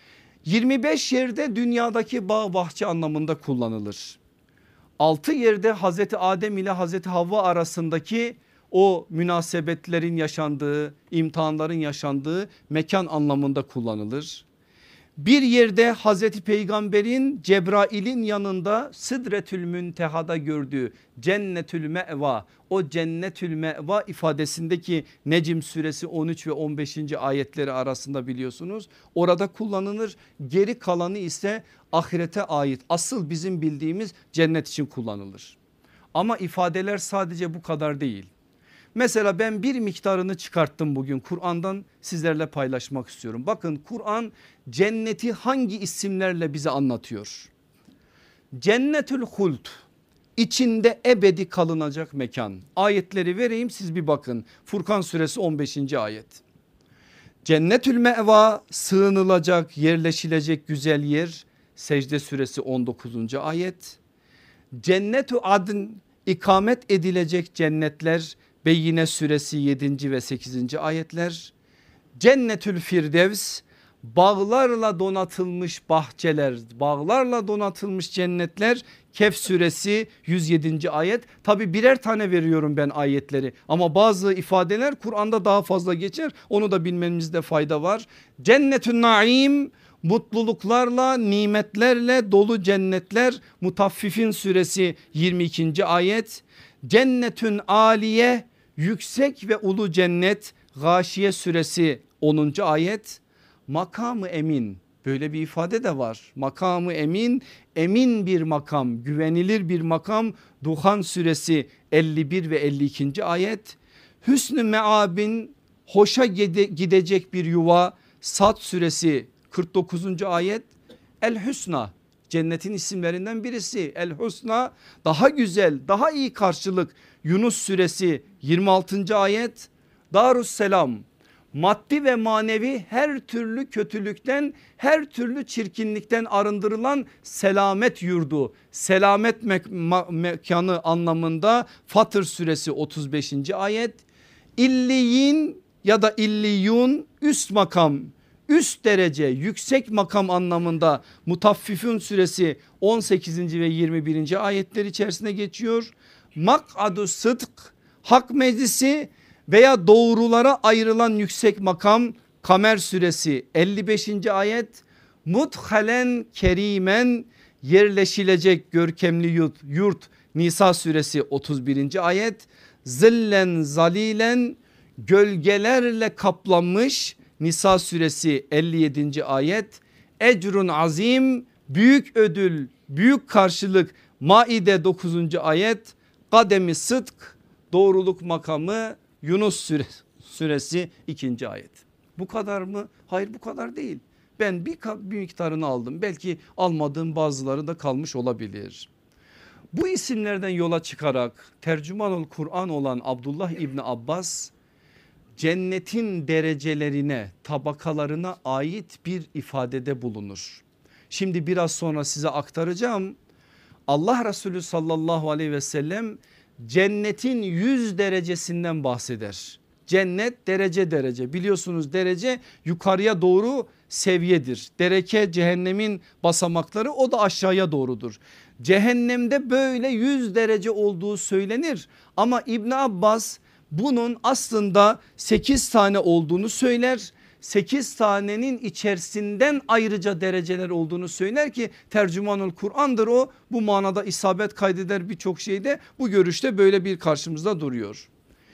25 yerde dünyadaki bağ bahçe anlamında kullanılır. 6 yerde Hazreti Adem ile Hazreti Havva arasındaki o münasebetlerin yaşandığı, imtihanların yaşandığı mekan anlamında kullanılır. Bir yerde Hazreti Peygamber'in Cebrail'in yanında Sidretül Münteha'da gördüğü Cennetül Me'va, o Cennetül Me'va ifadesindeki Necm suresi 13 ve 15. ayetleri arasında biliyorsunuz orada kullanılır. Geri kalanı ise ahirete ait, asıl bizim bildiğimiz cennet için kullanılır. Ama ifadeler sadece bu kadar değil. Mesela ben bir miktarını çıkarttım bugün Kur'an'dan, sizlerle paylaşmak istiyorum. Bakın Kur'an cenneti hangi isimlerle bize anlatıyor? Cennetül Huld, içinde ebedi kalınacak mekan. Ayetleri vereyim, siz bir bakın. Furkan suresi 15. ayet. Cennetül Me'va, sığınılacak, yerleşilecek güzel yer. Secde suresi 19. ayet. Cennetü Adn, ikamet edilecek cennetler. Beyyine suresi 7. ve 8. ayetler. Cennetül Firdevs, bağlarla donatılmış bahçeler, bağlarla donatılmış cennetler. Kehf suresi 107. ayet. Tabi birer tane veriyorum ben ayetleri ama bazı ifadeler Kur'an'da daha fazla geçer, onu da bilmemizde fayda var. Cennetün Naim, mutluluklarla, nimetlerle dolu cennetler. Mutaffifin suresi 22. ayet. Cennetün aliye, yüksek ve ulu cennet. Gâşiye suresi 10. ayet. Makamı emin, böyle bir ifade de var. Makamı emin, emin bir makam, güvenilir bir makam. Duhan suresi 51 ve 52. ayet. Hüsnü meabin, hoşa gidecek bir yuva. Sad suresi 49. ayet. El Hüsna, cennetin isimlerinden birisi. El Hüsna, daha güzel, daha iyi karşılık. Yunus suresi 26. ayet. Darusselam, maddi ve manevi her türlü kötülükten, her türlü çirkinlikten arındırılan selamet yurdu, selamet mekanı anlamında. Fatır suresi 35. ayet. İlliyin ya da illiyun, üst makam, üst derece, yüksek makam anlamında. Mutaffifun suresi 18. ve 21. ayetler içerisine geçiyor. Mak'adu sıdk, hak meclisi veya doğrulara ayrılan yüksek makam. Kamer suresi 55. ayet. Mudhalen kerimen, yerleşilecek görkemli yurt. Nisa suresi 31. ayet. Zillen zalilen, gölgelerle kaplanmış. Nisa suresi 57. ayet. Ecrun azim, büyük ödül, büyük karşılık. Maide 9. ayet. Kademi sıdk, doğruluk makamı. Yunus suresi 2. ayet. Bu kadar mı? Hayır, bu kadar değil. Ben bir miktarını aldım. Belki almadığım bazıları da kalmış olabilir. Bu isimlerden yola çıkarak tercümanul Kur'an olan Abdullah İbni Abbas cennetin derecelerine, tabakalarına ait bir ifadede bulunur. Şimdi biraz sonra size aktaracağım. Allah Resulü sallallahu aleyhi ve sellem cennetin 100 derecesinden bahseder. Cennet derece derece, biliyorsunuz derece yukarıya doğru seviyedir. Dereke cehennemin basamakları, o da aşağıya doğrudur. Cehennemde böyle 100 derece olduğu söylenir ama İbn Abbas bunun aslında 8 tane olduğunu söyler. 8 tanenin içerisinden ayrıca dereceler olduğunu söyler ki tercümanul Kur'an'dır o. Bu manada isabet kaydeder birçok şeyde, bu görüşte böyle bir karşımızda duruyor.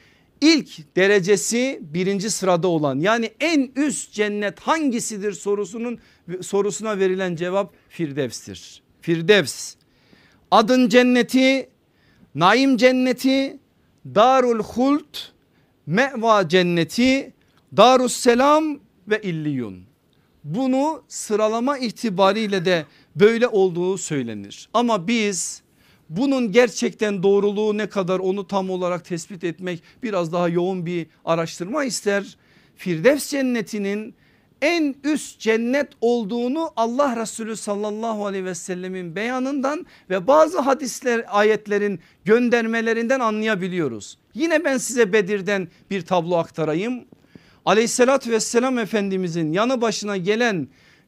İlk derecesi birinci sırada olan, yani en üst cennet hangisidir sorusuna verilen cevap Firdevs'tir. Firdevs, adın cenneti, naim cenneti, darul hult, meva cenneti, darusselam ve illiyun. Bunu sıralama itibariyle de böyle olduğu söylenir. Ama biz bunun gerçekten doğruluğu ne kadar, onu tam olarak tespit etmek biraz daha yoğun bir araştırma ister. Firdevs cennetinin en üst cennet olduğunu Allah Resulü sallallahu aleyhi ve sellemin beyanından ve bazı hadisler, ayetlerin göndermelerinden anlayabiliyoruz. Yine ben size Bedir'den bir tablo aktarayım. Aleyhissalatü vesselam Efendimizin yanı başına gelen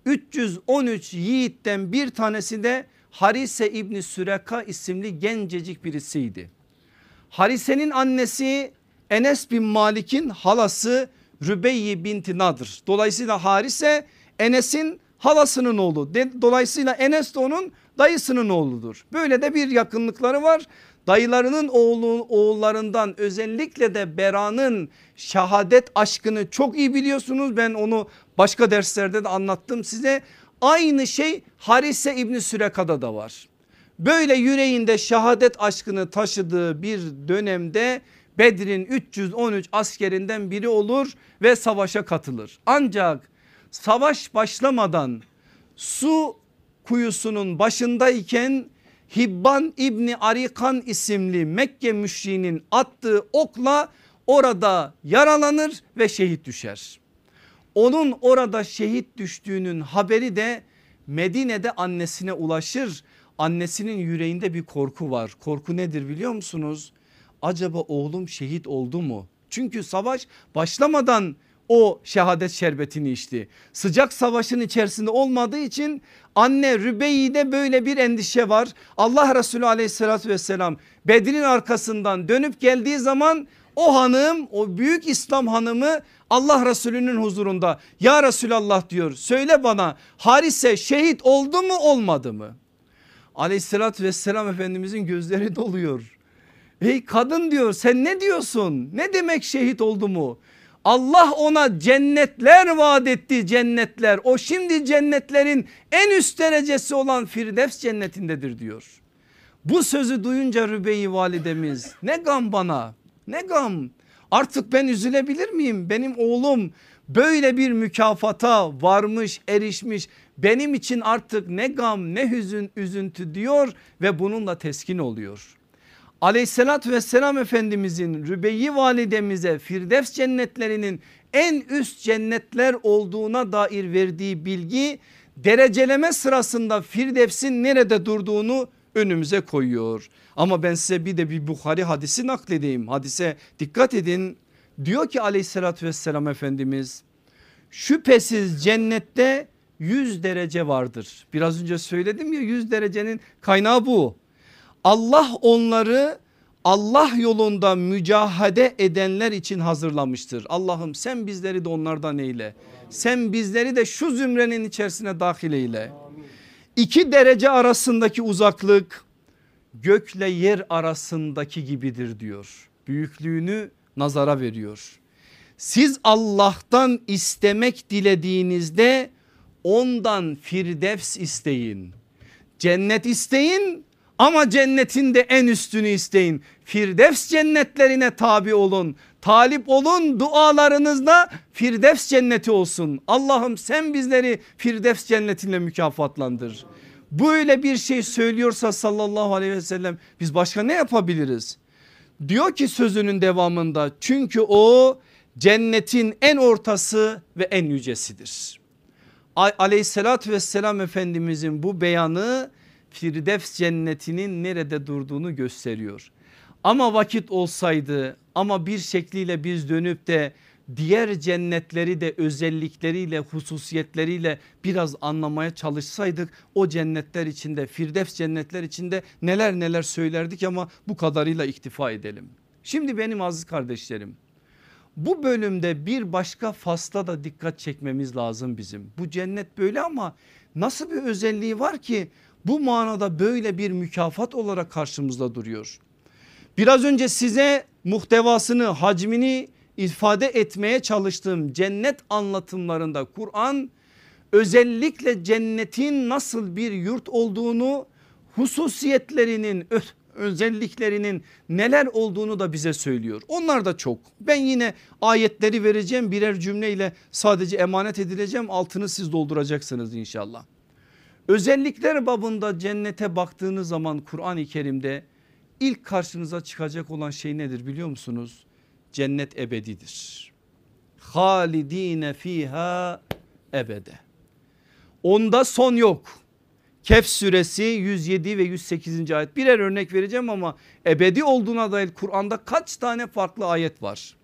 313 yiğitten bir tanesi de Harise İbni Süreka isimli gencecik birisiydi. Harise'nin annesi Enes bin Malik'in halası Rübeyye binti Nadr. Dolayısıyla Harise Enes'in halasının oğlu. Dolayısıyla Enes de onun dayısının oğludur. Böyle de bir yakınlıkları var. Dayılarının oğullarından özellikle de Bera'nın şehadet aşkını çok iyi biliyorsunuz. Ben onu başka derslerde de anlattım size. Aynı şey Harise İbni Süreka'da da var. Böyle yüreğinde şehadet aşkını taşıdığı bir dönemde Bedir'in 313 askerinden biri olur ve savaşa katılır. Ancak savaş başlamadan su kuyusunun başındayken Hibban İbni Arikan isimli Mekke müşriğinin attığı okla orada yaralanır ve şehit düşer. Onun orada şehit düştüğünün haberi de Medine'de annesine ulaşır. Annesinin yüreğinde bir korku var. Korku nedir biliyor musunuz? Acaba oğlum şehit oldu mu? Çünkü savaş başlamadan o şehadet şerbetini içti. Sıcak savaşın içerisinde olmadığı için anne Rübeyye'de böyle bir endişe var. Allah Resulü aleyhissalatü vesselam Bedir'in arkasından dönüp geldiği zaman O hanım, o büyük İslam hanımı Allah Resulü'nün huzurunda, ya Resulallah diyor, söyle bana Harise şehit oldu mu olmadı mı? Aleyhissalatü vesselam Efendimizin gözleri doluyor. Ey kadın diyor, sen ne diyorsun? Ne demek şehit oldu mu? Allah ona cennetler vaat etti, cennetler. O şimdi cennetlerin en üst derecesi olan Firdevs cennetindedir diyor. Bu sözü duyunca Rübeyye validemiz, ne gam bana, ne gam, artık ben üzülebilir miyim? Benim oğlum böyle bir mükafata varmış, erişmiş, benim için artık ne gam ne hüzün, üzüntü diyor ve bununla teskin oluyor. Aleyhissalatü vesselam Efendimizin Rübeyye validemize Firdevs cennetlerinin en üst cennetler olduğuna dair verdiği bilgi, dereceleme sırasında Firdevs'in nerede durduğunu önümüze koyuyor. Ama ben size bir Bukhari hadisi nakledeyim. Hadise dikkat edin. Diyor ki aleyhissalatü vesselam Efendimiz, şüphesiz cennette 100 derece vardır. Biraz önce söyledim ya, 100 derecenin kaynağı bu. Allah onları Allah yolunda mücahede edenler için hazırlamıştır. Allah'ım sen bizleri de onlardan eyle. Sen bizleri de şu zümrenin içerisine dahil eyle. 2 derece arasındaki uzaklık gökle yer arasındaki gibidir diyor. Büyüklüğünü nazara veriyor. Siz Allah'tan istemek dilediğinizde ondan Firdevs isteyin. Cennet isteyin ama cennetin de en üstünü isteyin. Firdevs cennetlerine tabi olun. Talip olun, dualarınızda Firdevs cenneti olsun. Allah'ım sen bizleri Firdevs cennetiyle mükafatlandır. Böyle bir şey söylüyorsa sallallahu aleyhi ve sellem biz başka ne yapabiliriz? Diyor ki sözünün devamında, çünkü o cennetin en ortası ve en yücesidir. Aleyhissalatü vesselam Efendimizin bu beyanı Firdevs cennetinin nerede durduğunu gösteriyor. Ama vakit olsaydı, ama bir şekliyle biz dönüp de diğer cennetleri de özellikleriyle, hususiyetleriyle biraz anlamaya çalışsaydık, o cennetler içinde, Firdevs cennetler içinde neler neler söylerdik, ama bu kadarıyla iktifa edelim. Şimdi benim aziz kardeşlerim, bu bölümde bir başka fasla da dikkat çekmemiz lazım bizim. Bu cennet böyle ama nasıl bir özelliği var ki bu manada böyle bir mükafat olarak karşımızda duruyor? Biraz önce size muhtevasını, hacmini ifade etmeye çalıştığım cennet anlatımlarında Kur'an özellikle cennetin nasıl bir yurt olduğunu, hususiyetlerinin, özelliklerinin neler olduğunu da bize söylüyor. Onlar da çok. Ben yine ayetleri vereceğim, birer cümleyle sadece emanet edileceğim, altını siz dolduracaksınız inşallah. Özellikler babında cennete baktığınız zaman Kur'an-ı Kerim'de ilk karşınıza çıkacak olan şey nedir biliyor musunuz? Cennet ebedidir. Halidine fiha ebede. Onda son yok. Kehf suresi 107 ve 108. ayet, birer örnek vereceğim ama ebedi olduğuna dair Kur'an'da kaç tane farklı ayet var.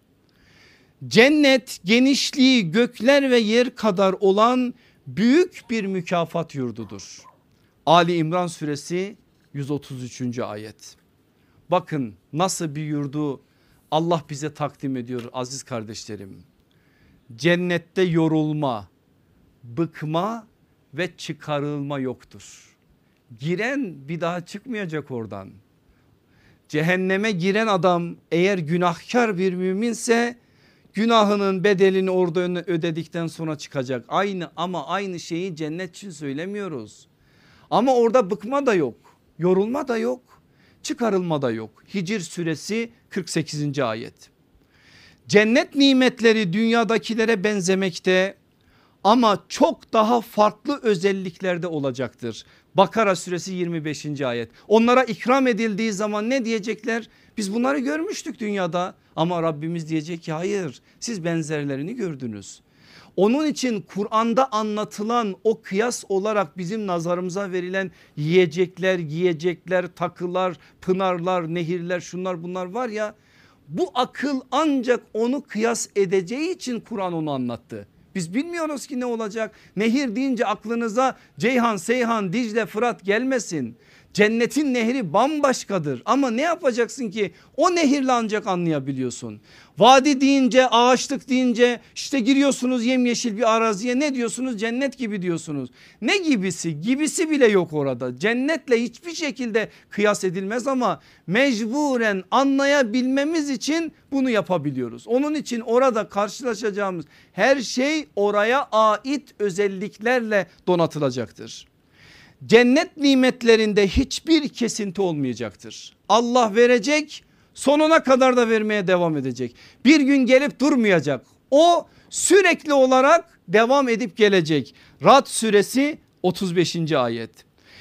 Cennet genişliği gökler ve yer kadar olan büyük bir mükafat yurdudur. Ali İmran suresi 133. ayet. Bakın nasıl bir yurdu Allah bize takdim ediyor aziz kardeşlerim. Cennette yorulma, bıkma ve çıkarılma yoktur. Giren bir daha çıkmayacak oradan. Cehenneme giren adam eğer günahkar bir müminse günahının bedelini orada ödedikten sonra çıkacak. Aynı şeyi cennet için söylemiyoruz. Ama orada bıkma da yok, yorulma da yok, çıkarılma da yok. Hicr suresi 48. ayet. Cennet nimetleri dünyadakilere benzemekte ama çok daha farklı özelliklerde olacaktır. Bakara suresi 25. ayet. Onlara ikram edildiği zaman ne diyecekler? Biz bunları görmüştük dünyada, ama Rabbimiz diyecek ki hayır, siz benzerlerini gördünüz. Onun için Kur'an'da anlatılan o kıyas olarak bizim nazarımıza verilen yiyecekler, giyecekler, takılar, pınarlar, nehirler, şunlar bunlar var ya, bu akıl ancak onu kıyas edeceği için Kur'an onu anlattı. Biz bilmiyoruz ki ne olacak. Nehir deyince aklınıza Ceyhan, Seyhan, Dicle, Fırat gelmesin. Cennetin nehri bambaşkadır ama ne yapacaksın ki o nehirle ancak anlayabiliyorsun. Vadi deyince, ağaçlık deyince işte giriyorsunuz yemyeşil bir araziye, ne diyorsunuz? Cennet gibi diyorsunuz. Ne gibisi? Gibisi bile yok orada. Cennetle hiçbir şekilde kıyas edilmez ama mecburen anlayabilmemiz için bunu yapabiliyoruz. Onun için orada karşılaşacağımız her şey oraya ait özelliklerle donatılacaktır. Cennet nimetlerinde hiçbir kesinti olmayacaktır. Allah verecek, sonuna kadar da vermeye devam edecek. Bir gün gelip durmayacak. O sürekli olarak devam edip gelecek. Ra'd suresi 35. ayet.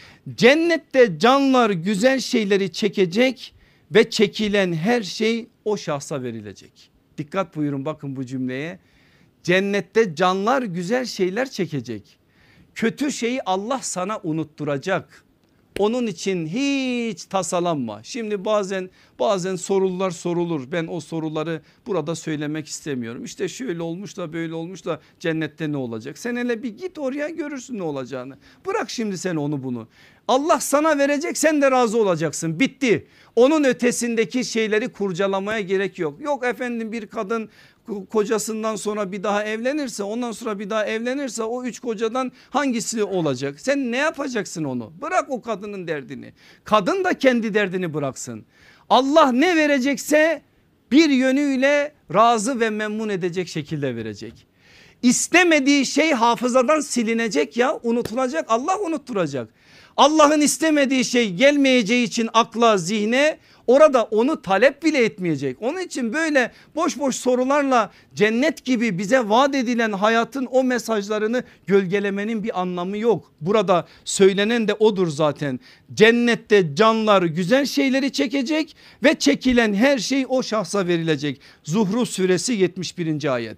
Cennette canlar güzel şeyleri çekecek ve çekilen her şey o şahsa verilecek. Dikkat buyurun, bakın bu cümleye. Cennette canlar güzel şeyler çekecek. Kötü şeyi Allah sana unutturacak. Onun için hiç tasalanma. Şimdi bazen sorular sorulur. Ben o soruları burada söylemek istemiyorum. İşte şöyle olmuş da böyle olmuş da cennette ne olacak? Sen hele bir git oraya, görürsün ne olacağını. Bırak şimdi sen onu bunu. Allah sana verecek, sen de razı olacaksın, bitti. Onun ötesindeki şeyleri kurcalamaya gerek yok. Yok efendim, bir kadın kocasından sonra bir daha evlenirse, ondan sonra bir daha evlenirse o 3 kocadan hangisi olacak? Sen ne yapacaksın onu? Bırak o kadının derdini. Kadın da kendi derdini bıraksın. Allah ne verecekse bir yönüyle razı ve memnun edecek şekilde verecek. İstemediği şey hafızadan silinecek, ya unutulacak, Allah unutturacak. Allah'ın istemediği şey gelmeyeceği için akla, zihne, orada onu talep bile etmeyecek. Onun için böyle boş boş sorularla cennet gibi bize vaat edilen hayatın o mesajlarını gölgelemenin bir anlamı yok. Burada söylenen de odur zaten. Cennette canlar güzel şeyleri çekecek ve çekilen her şey o şahsa verilecek. Zuhruf suresi 71. ayet.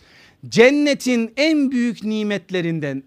Cennetin en büyük nimetlerinden,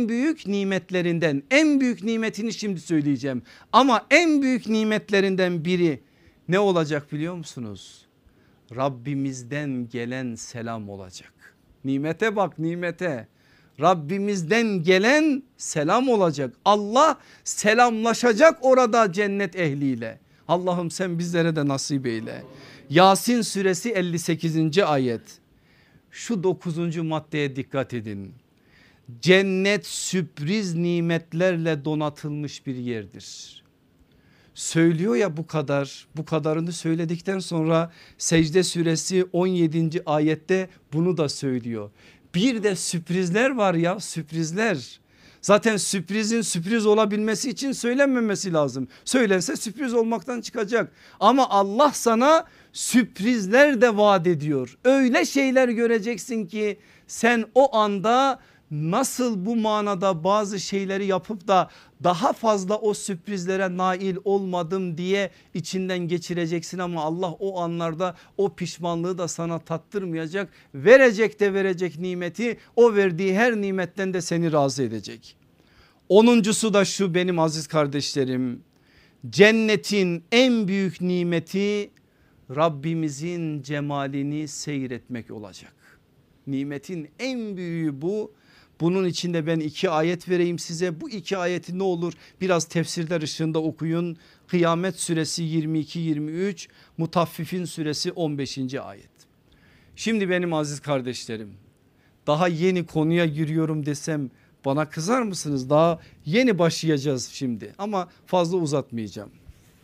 en büyük nimetini şimdi söyleyeceğim. Ama en büyük nimetlerinden biri ne olacak biliyor musunuz? Rabbimizden gelen selam olacak. Nimete bak, nimete. Rabbimizden gelen selam olacak. Allah selamlaşacak orada cennet ehliyle. Allah'ım sen bizlere de nasip eyle. Yasin suresi 58. ayet. Şu 9. maddeye dikkat edin. Cennet sürpriz nimetlerle donatılmış bir yerdir. Söylüyor ya, bu kadarını söyledikten sonra Secde suresi 17. ayette bunu da söylüyor. Bir de sürprizler var ya, sürprizler. Zaten sürprizin sürpriz olabilmesi için söylenmemesi lazım. Söylense sürpriz olmaktan çıkacak. Ama Allah sana sürprizler de vaat ediyor. Öyle şeyler göreceksin ki sen o anda nasıl bu manada bazı şeyleri yapıp da daha fazla o sürprizlere nail olmadım diye içinden geçireceksin ama Allah o anlarda o pişmanlığı da sana tattırmayacak. Verecek de verecek nimeti, o verdiği her nimetten de seni razı edecek. 10'uncusu da şu benim aziz kardeşlerim, cennetin en büyük nimeti Rabbimizin cemalini seyretmek olacak. Nimetin en büyüğü bu. Bunun içinde ben 2 ayet vereyim size. Bu 2 ayeti ne olur biraz tefsirler ışığında okuyun. Kıyamet suresi 22-23, Mutaffifin suresi 15. ayet. Şimdi benim aziz kardeşlerim, daha yeni konuya giriyorum desem bana kızar mısınız? Daha yeni başlayacağız şimdi ama fazla uzatmayacağım.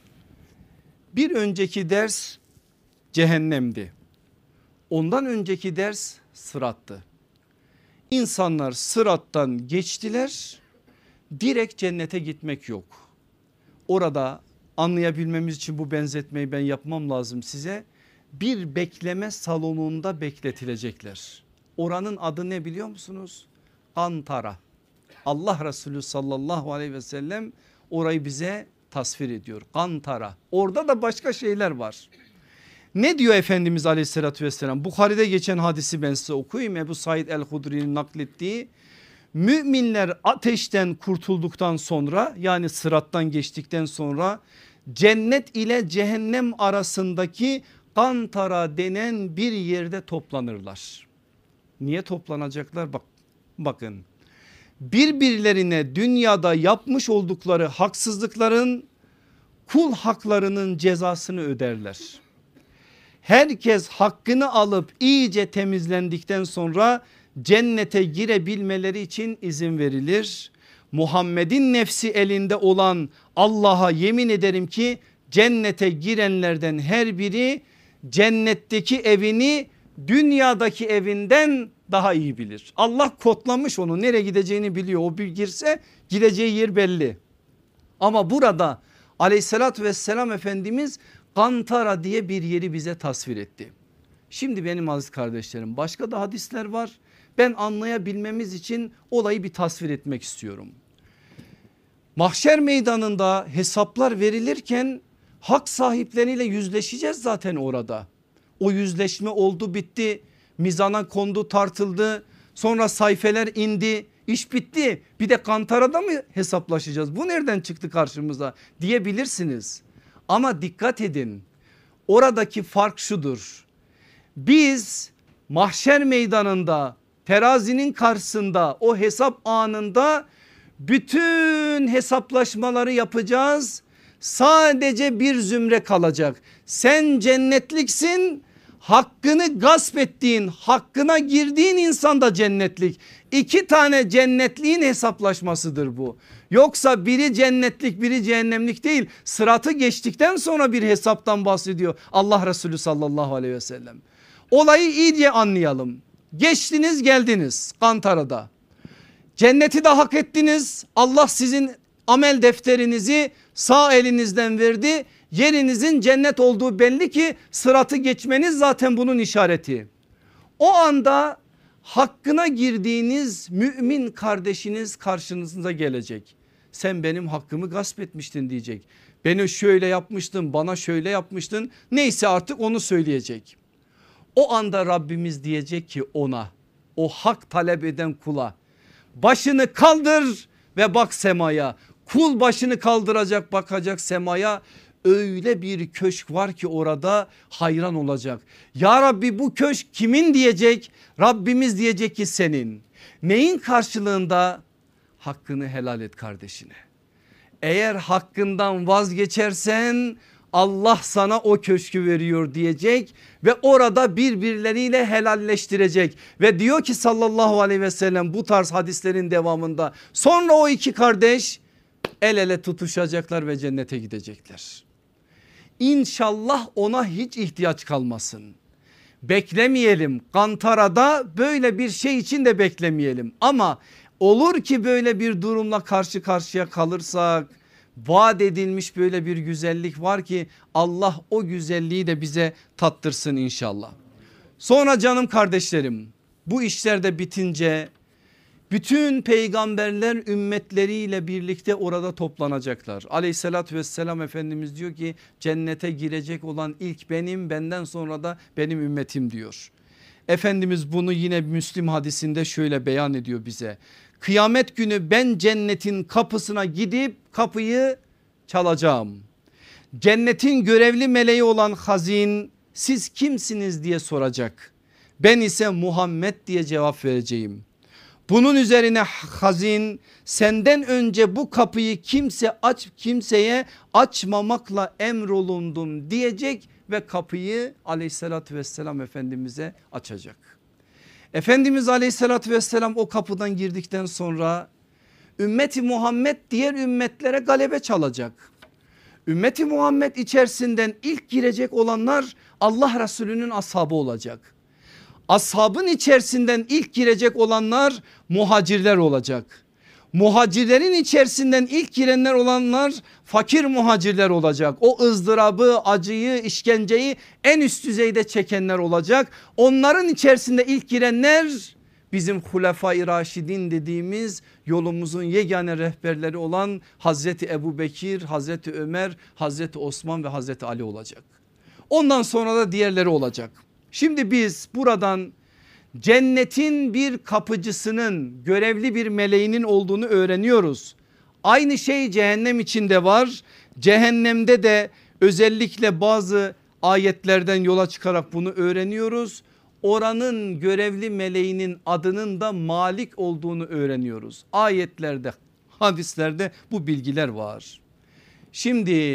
Bir önceki ders cehennemdi. Ondan önceki ders sırattı. İnsanlar sırattan geçtiler, direkt cennete gitmek yok. Orada anlayabilmemiz için bu benzetmeyi ben yapmam lazım size. Bir bekleme salonunda bekletilecekler. Oranın adı ne biliyor musunuz? Kantara. Allah Resulü sallallahu aleyhi ve sellem orayı bize tasvir ediyor. Kantara. Orada da başka şeyler var. Ne diyor Efendimiz aleyhissalatü vesselam? Bukhari'de geçen hadisi ben size okuyayım. Ebu Said el-Hudri'nin naklettiği. Müminler ateşten kurtulduktan sonra, yani sırattan geçtikten sonra cennet ile cehennem arasındaki kantara denen bir yerde toplanırlar. Niye toplanacaklar? Bakın, birbirlerine dünyada yapmış oldukları haksızlıkların kul haklarının cezasını öderler. Herkes hakkını alıp iyice temizlendikten sonra cennete girebilmeleri için izin verilir. Muhammed'in nefsi elinde olan Allah'a yemin ederim ki cennete girenlerden her biri cennetteki evini dünyadaki evinden daha iyi bilir. Allah kodlamış onu, nereye gideceğini biliyor. O bir girse gideceği yer belli. Ama burada aleyhissalatü vesselam Efendimiz Kantara diye bir yeri bize tasvir etti. Şimdi benim aziz kardeşlerim, başka da hadisler var. Ben anlayabilmemiz için olayı bir tasvir etmek istiyorum. Mahşer meydanında hesaplar verilirken hak sahipleriyle yüzleşeceğiz zaten orada. O yüzleşme oldu, bitti. Mizana kondu, tartıldı. Sonra sayfeler indi. İş bitti. Bir de Kantara'da mı hesaplaşacağız? Bu nereden çıktı karşımıza diyebilirsiniz. Ama dikkat edin. Oradaki fark şudur. Biz mahşer meydanında, terazinin karşısında, o hesap anında bütün hesaplaşmaları yapacağız. Sadece bir zümre kalacak. Sen cennetliksin, hakkını gasp ettiğin, hakkına girdiğin insan da cennetlik. İki tane cennetliğin hesaplaşmasıdır bu. Yoksa biri cennetlik biri cehennemlik değil. Sıratı geçtikten sonra bir hesaptan bahsediyor Allah Resulü sallallahu aleyhi ve sellem. Olayı iyice anlayalım. Geçtiniz geldiniz Kantara'da. Cenneti de hak ettiniz. Allah sizin amel defterinizi sağ elinizden verdi. Yerinizin cennet olduğu belli ki sıratı geçmeniz zaten bunun işareti. O anda hakkına girdiğiniz mümin kardeşiniz karşınıza gelecek. Sen benim hakkımı gasp etmiştin diyecek. Beni şöyle yapmıştın, bana şöyle yapmıştın. Neyse artık onu söyleyecek. O anda Rabbimiz diyecek ki ona, o hak talep eden kula, başını kaldır ve bak semaya. Kul başını kaldıracak, bakacak semaya. Öyle bir köşk var ki orada hayran olacak. Ya Rabbi bu köşk kimin diyecek? Rabbimiz diyecek ki senin. Neyin karşılığında? Hakkını helal et kardeşine. Eğer hakkından vazgeçersen Allah sana o köşkü veriyor diyecek ve orada birbirleriyle helalleştirecek. Ve diyor ki sallallahu aleyhi ve sellem bu tarz hadislerin devamında, sonra o iki kardeş el ele tutuşacaklar ve cennete gidecekler. İnşallah ona hiç ihtiyaç kalmasın. Beklemeyelim, Kantara'da böyle bir şey için de beklemeyelim. Ama olur ki böyle bir durumla karşı karşıya kalırsak, vaat edilmiş böyle bir güzellik var ki Allah o güzelliği de bize tattırsın inşallah. Sonra canım kardeşlerim, bu işler de bitince bütün peygamberler ümmetleriyle birlikte orada toplanacaklar. Aleyhissalatü vesselam Efendimiz diyor ki cennete girecek olan ilk benim, benden sonra da benim ümmetim diyor. Efendimiz bunu yine Müslim hadisinde şöyle beyan ediyor bize. Kıyamet günü ben cennetin kapısına gidip kapıyı çalacağım. Cennetin görevli meleği olan hazin, siz kimsiniz diye soracak. Ben ise Muhammed diye cevap vereceğim. Bunun üzerine hazin, senden önce bu kapıyı kimseye açmamakla emrolundum diyecek ve kapıyı aleyhissalatü vesselam Efendimiz'e açacak. Efendimiz aleyhissalatü vesselam o kapıdan girdikten sonra ümmeti Muhammed diğer ümmetlere galebe çalacak. Ümmeti Muhammed içerisinden ilk girecek olanlar Allah Resulü'nün ashabı olacak. Ashabın içerisinden ilk girecek olanlar muhacirler olacak. Muhacirlerin içerisinden ilk girenler olanlar fakir muhacirler olacak. O ızdırabı, acıyı, işkenceyi en üst düzeyde çekenler olacak. Onların içerisinde ilk girenler bizim Hulefai Raşidin dediğimiz yolumuzun yegane rehberleri olan Hazreti Ebubekir, Hazreti Ömer, Hazreti Osman ve Hazreti Ali olacak. Ondan sonra da diğerleri olacak. Şimdi biz buradan cennetin bir kapıcısının, görevli bir meleğinin olduğunu öğreniyoruz. Aynı şey cehennem içinde var. Cehennemde de özellikle bazı ayetlerden yola çıkarak bunu öğreniyoruz. Oranın görevli meleğinin adının da Malik olduğunu öğreniyoruz. Ayetlerde, hadislerde bu bilgiler var. Şimdi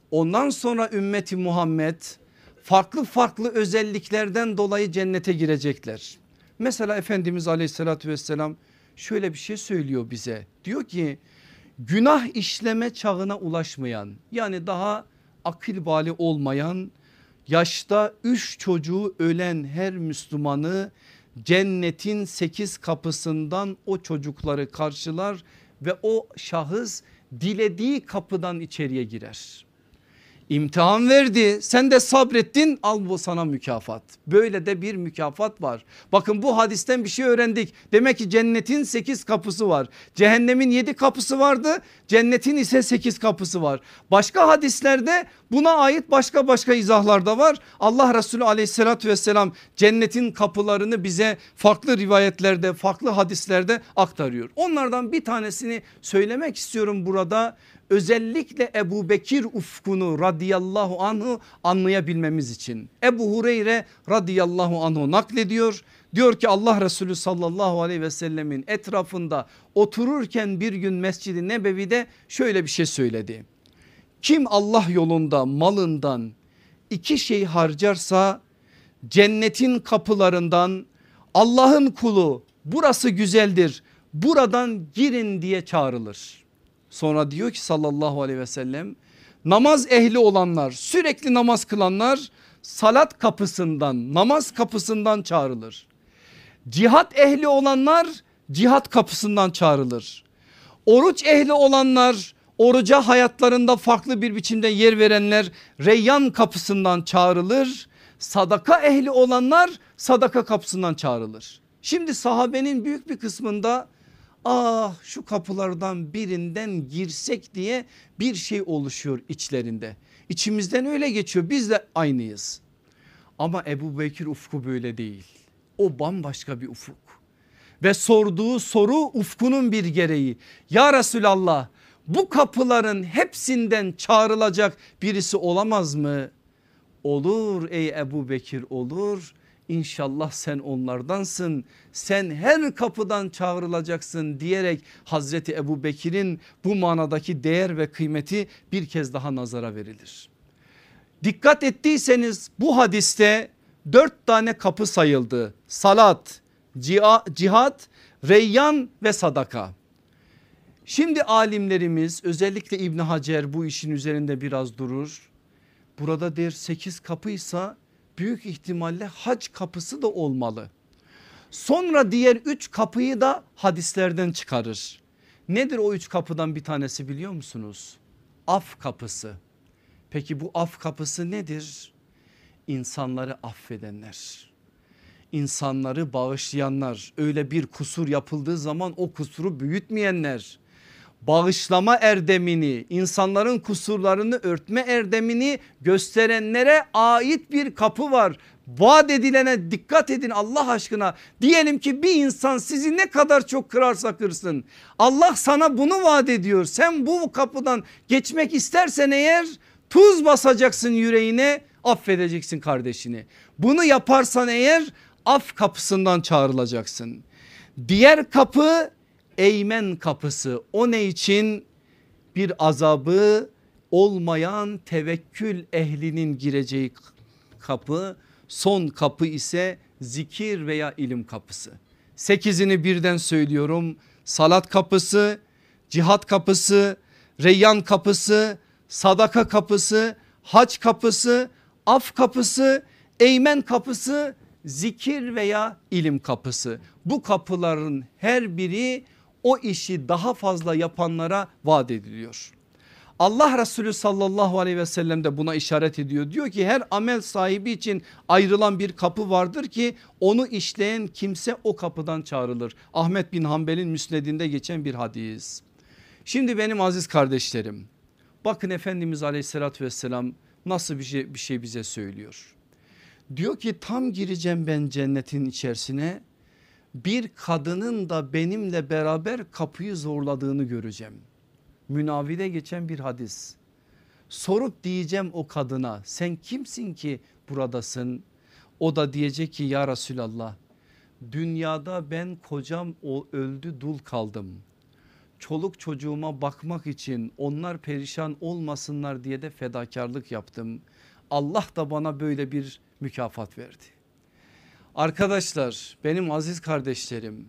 Ondan sonra ümmeti Muhammed farklı farklı özelliklerden dolayı cennete girecekler. Mesela Efendimiz aleyhissalatü vesselam şöyle bir şey söylüyor bize. Diyor ki günah işleme çağına ulaşmayan, yani daha akıl bali olmayan, yaşta 3 çocuğu ölen her Müslümanı cennetin 8 kapısından o çocukları karşılar ve o şahıs dilediği kapıdan içeriye girer. İmtihan verdi, sen de sabrettin, al bu sana mükafat. Böyle de bir mükafat var. Bakın bu hadisten bir şey öğrendik. Demek ki cennetin 8 kapısı var. Cehennemin 7 kapısı vardı. Cennetin ise 8 kapısı var. Başka hadislerde buna ait başka izahlar da var. Allah Resulü aleyhissalatü vesselam cennetin kapılarını bize farklı rivayetlerde, farklı hadislerde aktarıyor. Onlardan bir tanesini söylemek istiyorum burada. Özellikle Ebu Bekir ufkunu radıyallahu anhu anlayabilmemiz için. Ebu Hureyre radıyallahu anhu naklediyor. Diyor ki Allah Resulü sallallahu aleyhi ve sellemin etrafında otururken bir gün Mescid-i Nebevi'de şöyle bir şey söyledi. Kim Allah yolunda malından 2 şey harcarsa cennetin kapılarından Allah'ın kulu burası güzeldir, buradan girin diye çağrılır. Sonra diyor ki sallallahu aleyhi ve sellem, namaz ehli olanlar, sürekli namaz kılanlar salat kapısından, namaz kapısından çağrılır. Cihat ehli olanlar cihat kapısından çağrılır. Oruç ehli olanlar, oruca hayatlarında farklı bir biçimde yer verenler Reyyan kapısından çağrılır. Sadaka ehli olanlar sadaka kapısından çağrılır. Şimdi sahabenin büyük bir kısmında şu kapılardan birinden girsek diye bir şey oluşuyor içlerinde. İçimizden öyle geçiyor, biz de aynıyız. Ama Ebu Bekir ufku böyle değil. O bambaşka bir ufuk. Ve sorduğu soru ufkunun bir gereği. Ya Resulallah, bu kapıların hepsinden çağrılacak birisi olamaz mı? Olur ey Ebu Bekir, olur. İnşallah sen onlardansın, sen her kapıdan çağrılacaksın diyerek Hazreti Ebu Bekir'in bu manadaki değer ve kıymeti bir kez daha nazara verilir. Dikkat ettiyseniz bu hadiste 4 tane kapı sayıldı. Salat, cihat, reyyan ve sadaka. Şimdi alimlerimiz, özellikle İbn Hacer bu işin üzerinde biraz durur. Burada der 8 kapıysa büyük ihtimalle hac kapısı da olmalı. Sonra diğer 3 kapıyı da hadislerden çıkarır. Nedir o 3 kapıdan bir tanesi biliyor musunuz? Af kapısı. Peki bu af kapısı nedir? İnsanları affedenler, insanları bağışlayanlar, öyle bir kusur yapıldığı zaman o kusuru büyütmeyenler, bağışlama erdemini, insanların kusurlarını örtme erdemini gösterenlere ait bir kapı var. Vaat edilene dikkat edin Allah aşkına. Diyelim ki bir insan sizi ne kadar çok kırarsa kırsın, Allah sana bunu vaat ediyor. Sen bu kapıdan geçmek istersen eğer tuz basacaksın yüreğine, affedeceksin kardeşini. Bunu yaparsan eğer af kapısından çağrılacaksın. Diğer kapı Eymen kapısı. O ne için? Bir azabı olmayan tevekkül ehlinin gireceği kapı. Son kapı ise zikir veya ilim kapısı. 8'ini birden söylüyorum. Salat kapısı, cihat kapısı, reyyan kapısı, sadaka kapısı, hac kapısı, af kapısı, eymen kapısı, zikir veya ilim kapısı. Bu kapıların her biri o işi daha fazla yapanlara vaat ediliyor. Allah Resulü sallallahu aleyhi ve sellem de buna işaret ediyor. Diyor ki her amel sahibi için ayrılan bir kapı vardır ki onu işleyen kimse o kapıdan çağrılır. Ahmet bin Hanbel'in müsnedinde geçen bir hadis. Şimdi benim aziz kardeşlerim, bakın Efendimiz aleyhissalatü vesselam nasıl bir şey bize söylüyor. Diyor ki tam gireceğim ben cennetin içerisine, bir kadının da benimle beraber kapıyı zorladığını göreceğim. Münavide geçen bir hadis. Sorup diyeceğim o kadına, sen kimsin ki buradasın? O da diyecek ki ya Resulallah, dünyada ben kocam o öldü, dul kaldım. çoluk çocuğuma bakmak için onlar perişan olmasınlar diye de fedakarlık yaptım. Allah da bana böyle bir mükafat verdi. Arkadaşlar, benim aziz kardeşlerim,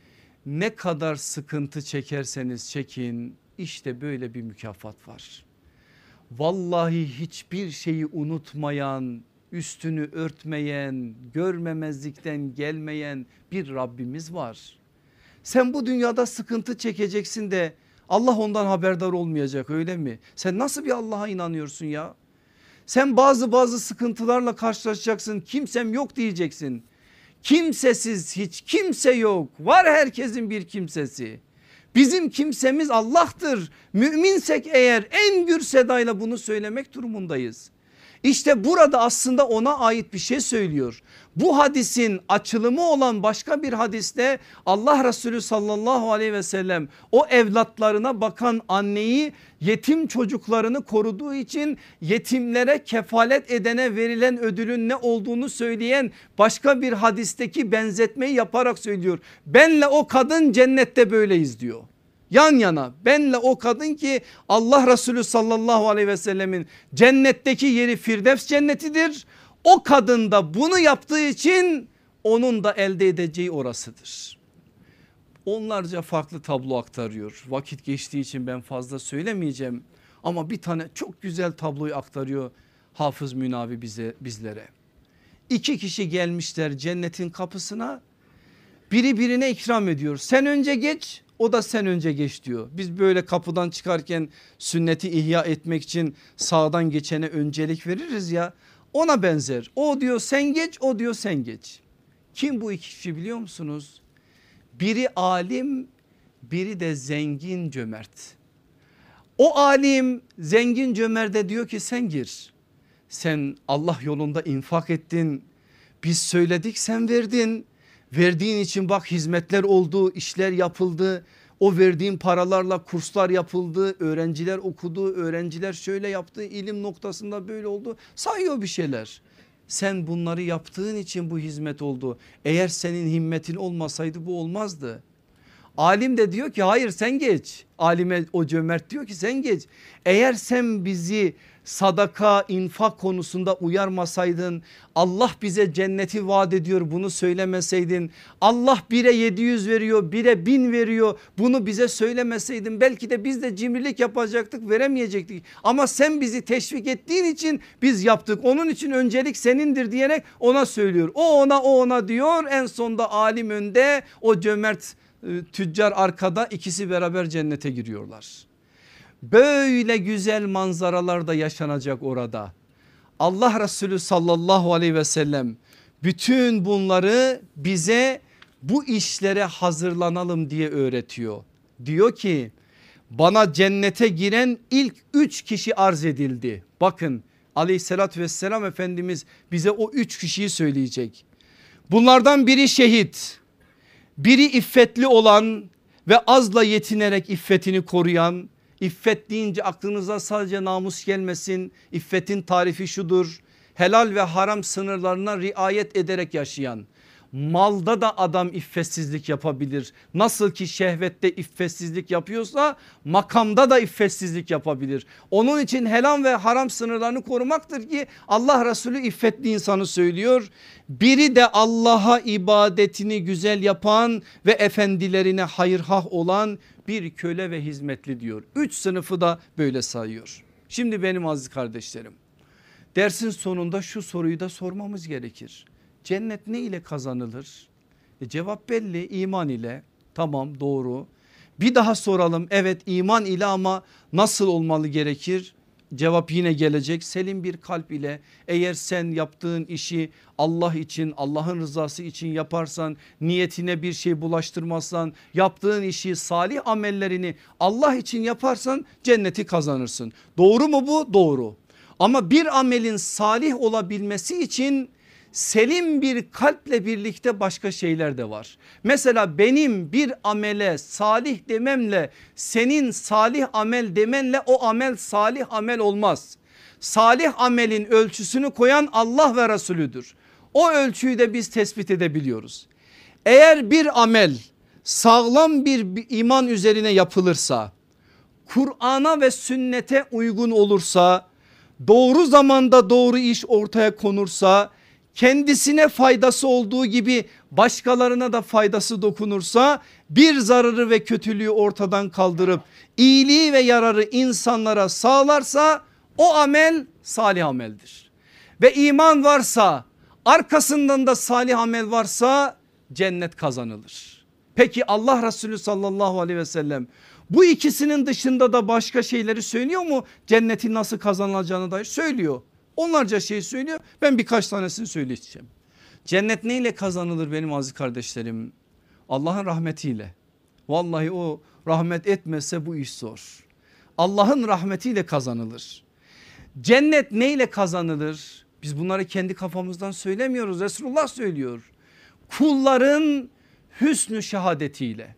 ne kadar sıkıntı çekerseniz çekin, işte böyle bir mükafat var. Vallahi hiçbir şeyi unutmayan, üstünü örtmeyen, görmemezlikten gelmeyen bir Rabbimiz var. Sen bu dünyada sıkıntı çekeceksin de Allah ondan haberdar olmayacak, öyle mi? Sen nasıl bir Allah'a inanıyorsun ya? Sen bazı sıkıntılarla karşılaşacaksın, kimsem yok diyeceksin. Kimsesiz hiç kimse yok, var herkesin bir kimsesi. Bizim kimsemiz Allah'tır. Müminsek eğer en gür sedayla bunu söylemek durumundayız. İşte burada aslında ona ait bir şey söylüyor. Bu hadisin açılımı olan başka bir hadiste Allah Resulü sallallahu aleyhi ve sellem o evlatlarına bakan anneyi, yetim çocuklarını koruduğu için yetimlere kefalet edene verilen ödülün ne olduğunu söyleyen başka bir hadisteki benzetmeyi yaparak söylüyor. Benle o kadın cennette böyleyiz diyor. Yan yana, benle o kadın ki Allah Resulü sallallahu aleyhi ve sellemin cennetteki yeri Firdevs cennetidir. O kadın da bunu yaptığı için onun da elde edeceği orasıdır. Onlarca farklı tablo aktarıyor. Vakit geçtiği için ben fazla söylemeyeceğim. Ama bir tane çok güzel tabloyu aktarıyor Hafız Münavi bizlere. İki kişi gelmişler cennetin kapısına. Biri birine ikram ediyor. Sen önce geç, o da sen önce geç diyor. Biz böyle kapıdan çıkarken sünneti ihya etmek için sağdan geçene öncelik veririz ya. Ona benzer. O diyor sen geç, o diyor sen geç. Kim bu iki kişi biliyor musunuz? Biri alim, biri de zengin cömert. O alim zengin cömerte diyor ki sen gir. Sen Allah yolunda infak ettin. Biz söyledik, sen verdin. Verdiğin için bak hizmetler oldu, işler yapıldı. O verdiğin paralarla kurslar yapıldı, öğrenciler okudu, öğrenciler şöyle yaptı, ilim noktasında böyle oldu. Sayıyor bir şeyler. Sen bunları yaptığın için bu hizmet oldu. Eğer senin himmetin olmasaydı bu olmazdı. Alim de diyor ki hayır sen geç. Alime o cömert diyor ki sen geç. Eğer sen bizi sadaka, infak konusunda uyarmasaydın, Allah bize cenneti vaat ediyor bunu söylemeseydin, Allah 1'e 700 veriyor, 1'e 1000 veriyor, bunu bize söylemeseydin belki de biz de cimrilik yapacaktık, veremeyecektik. Ama sen bizi teşvik ettiğin için biz yaptık, onun için öncelik senindir diyerek ona söylüyor. O ona diyor, en sonda alim önde, o cömert tüccar arkada, ikisi beraber cennete giriyorlar. Böyle güzel manzaralar da yaşanacak orada. Allah Resulü sallallahu aleyhi ve sellem bütün bunları bize bu işlere hazırlanalım diye öğretiyor. Diyor ki bana cennete giren ilk 3 kişi arz edildi. Bakın aleyhissalatü vesselam Efendimiz bize o 3 kişiyi söyleyecek. Bunlardan biri şehit, biri iffetli olan ve azla yetinerek iffetini koruyan. İffet deyince aklınıza sadece namus gelmesin. İffetin tarifi şudur: helal ve haram sınırlarına riayet ederek yaşayan. Malda da adam iffetsizlik yapabilir. Nasıl ki şehvette iffetsizlik yapıyorsa makamda da iffetsizlik yapabilir. Onun için helal ve haram sınırlarını korumaktır ki Allah Resulü iffetli insanı söylüyor. Biri de Allah'a ibadetini güzel yapan ve efendilerine hayırhah olan bir köle ve hizmetli diyor. 3 sınıfı da böyle sayıyor. Şimdi benim aziz kardeşlerim, dersin sonunda şu soruyu da sormamız gerekir. Cennet ne ile kazanılır? Cevap belli, iman ile. Tamam, doğru. Bir daha soralım, evet iman ile, ama nasıl olmalı gerekir? Cevap yine gelecek, selim bir kalp ile. Eğer sen yaptığın işi Allah için, Allah'ın rızası için yaparsan, niyetine bir şey bulaştırmazsan, yaptığın işi, salih amellerini Allah için yaparsan cenneti kazanırsın. Doğru mu bu? Doğru. Ama bir amelin salih olabilmesi için selim bir kalple birlikte başka şeyler de var. Mesela benim bir amele salih dememle senin salih amel demenle o amel salih amel olmaz. Salih amelin ölçüsünü koyan Allah ve Resulüdür. O ölçüyü de biz tespit edebiliyoruz. Eğer bir amel sağlam bir iman üzerine yapılırsa, Kur'an'a ve sünnete uygun olursa, doğru zamanda doğru iş ortaya konursa, kendisine faydası olduğu gibi başkalarına da faydası dokunursa, bir zararı ve kötülüğü ortadan kaldırıp iyiliği ve yararı insanlara sağlarsa o amel salih ameldir. Ve iman varsa, arkasından da salih amel varsa cennet kazanılır. Peki Allah Resulü sallallahu aleyhi ve sellem bu ikisinin dışında da başka şeyleri söylüyor mu? Cennetin nasıl kazanılacağını dair söylüyor. Onlarca şey söylüyor. Ben birkaç tanesini söyleyeceğim. Cennet neyle kazanılır benim aziz kardeşlerim? Allah'ın rahmetiyle. Vallahi o rahmet etmezse bu iş zor. Allah'ın rahmetiyle kazanılır. Cennet neyle kazanılır? Biz bunları kendi kafamızdan söylemiyoruz. Resulullah söylüyor. Kulların hüsnü şehadetiyle.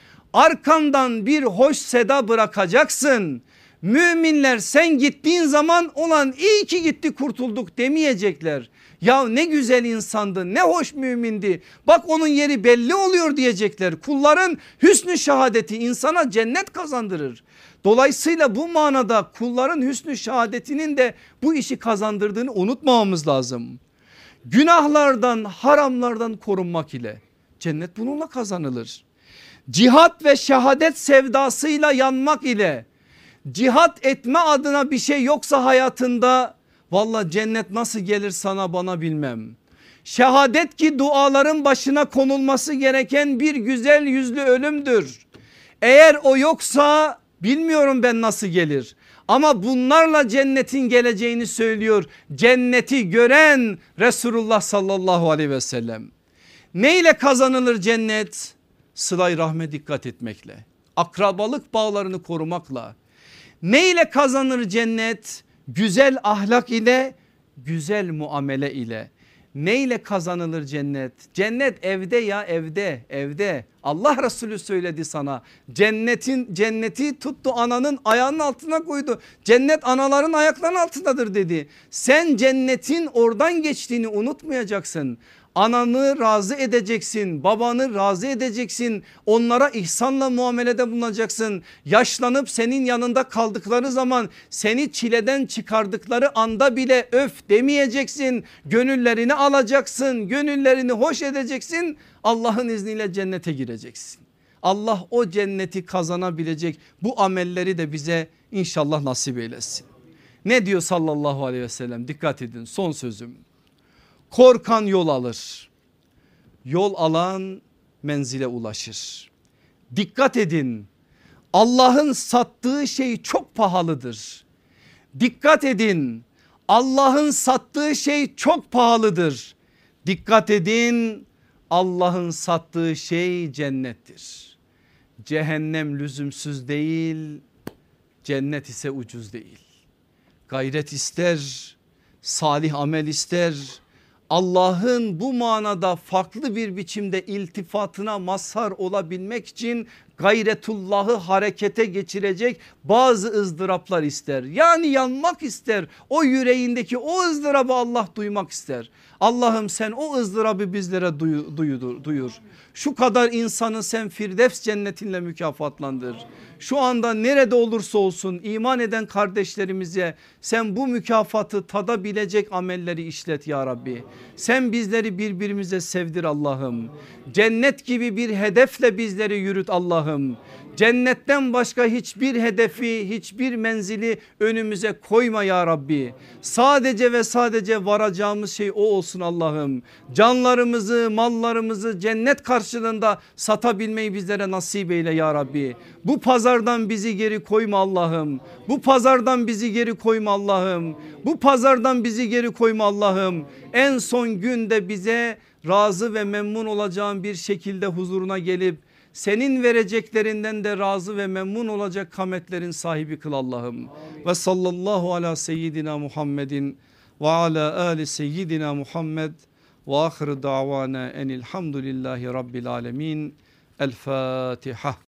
Arkandan bir hoş seda bırakacaksın. Müminler sen gittiğin zaman olan iyi ki gitti kurtulduk demeyecekler. Ya ne güzel insandı, ne hoş mümindi, bak onun yeri belli oluyor diyecekler. Kulların hüsnü şehadeti insana cennet kazandırır. Dolayısıyla bu manada kulların hüsnü şehadetinin de bu işi kazandırdığını unutmamamız lazım. Günahlardan, haramlardan korunmak ile cennet bununla kazanılır. Cihat ve şehadet sevdasıyla yanmak ile, cihat etme adına bir şey yoksa hayatında, valla cennet nasıl gelir sana bana bilmem. Şehadet ki duaların başına konulması gereken bir güzel yüzlü ölümdür. Eğer o yoksa bilmiyorum ben nasıl gelir. Ama bunlarla cennetin geleceğini söylüyor cenneti gören Resulullah sallallahu aleyhi ve sellem. Neyle kazanılır cennet? Sıla-i rahme dikkat etmekle, akrabalık bağlarını korumakla. Neyle kazanır cennet? Güzel ahlak ile, güzel muamele ile. Neyle kazanılır cennet? Cennet evde ya, evde. Allah Resulü söyledi sana. Cenneti tuttu ananın ayağının altına koydu. Cennet anaların ayaklarının altındadır dedi. Sen cennetin oradan geçtiğini unutmayacaksın. Ananı razı edeceksin, babanı razı edeceksin, onlara ihsanla muamelede bulunacaksın. Yaşlanıp senin yanında kaldıkları zaman, seni çileden çıkardıkları anda bile öf demeyeceksin. Gönüllerini alacaksın, gönüllerini hoş edeceksin. Allah'ın izniyle cennete gireceksin. Allah o cenneti kazanabilecek bu amelleri de bize inşallah nasip eylesin. Ne diyor sallallahu aleyhi ve sellem? Dikkat edin, son sözüm. Korkan yol alır, yol alan menzile ulaşır. Dikkat edin, Allah'ın sattığı şey çok pahalıdır. Dikkat edin, Allah'ın sattığı şey çok pahalıdır. Dikkat edin, Allah'ın sattığı şey cennettir. Cehennem lüzumsuz değil, cennet ise ucuz değil. Gayret ister, salih amel ister. Allah'ın bu manada farklı bir biçimde iltifatına mazhar olabilmek için gayretullahı harekete geçirecek bazı ızdıraplar ister. Yani yanmak ister, o yüreğindeki o ızdırabı Allah duymak ister. Allah'ım sen o ızdırabı bizlere duyur. Şu kadar insanı sen Firdevs cennetinle mükafatlandır. Şu anda nerede olursa olsun iman eden kardeşlerimize sen bu mükafatı tadabilecek amelleri işlet ya Rabbi. Sen bizleri birbirimize sevdir Allah'ım. Cennet gibi bir hedefle bizleri yürüt Allah'ım. Cennetten başka hiçbir hedefi, hiçbir menzili önümüze koyma ya Rabbi. Sadece ve sadece varacağımız şey o olsun Allah'ım. Canlarımızı, mallarımızı cennet karşılığında satabilmeyi bizlere nasip eyle ya Rabbi. Bu pazardan bizi geri koyma Allah'ım. Bu pazardan bizi geri koyma Allah'ım. Bu pazardan bizi geri koyma Allah'ım. En son günde bize razı ve memnun olacağın bir şekilde huzuruna gelip senin vereceklerinden de razı ve memnun olacak kametlerin sahibi kıl Allah'ım. Ve sallallahu ala seyyidina Muhammedin ve ala ali seyyidina Muhammed ve ahir davana enilhamdülillahi rabbil alemin. El Fatiha.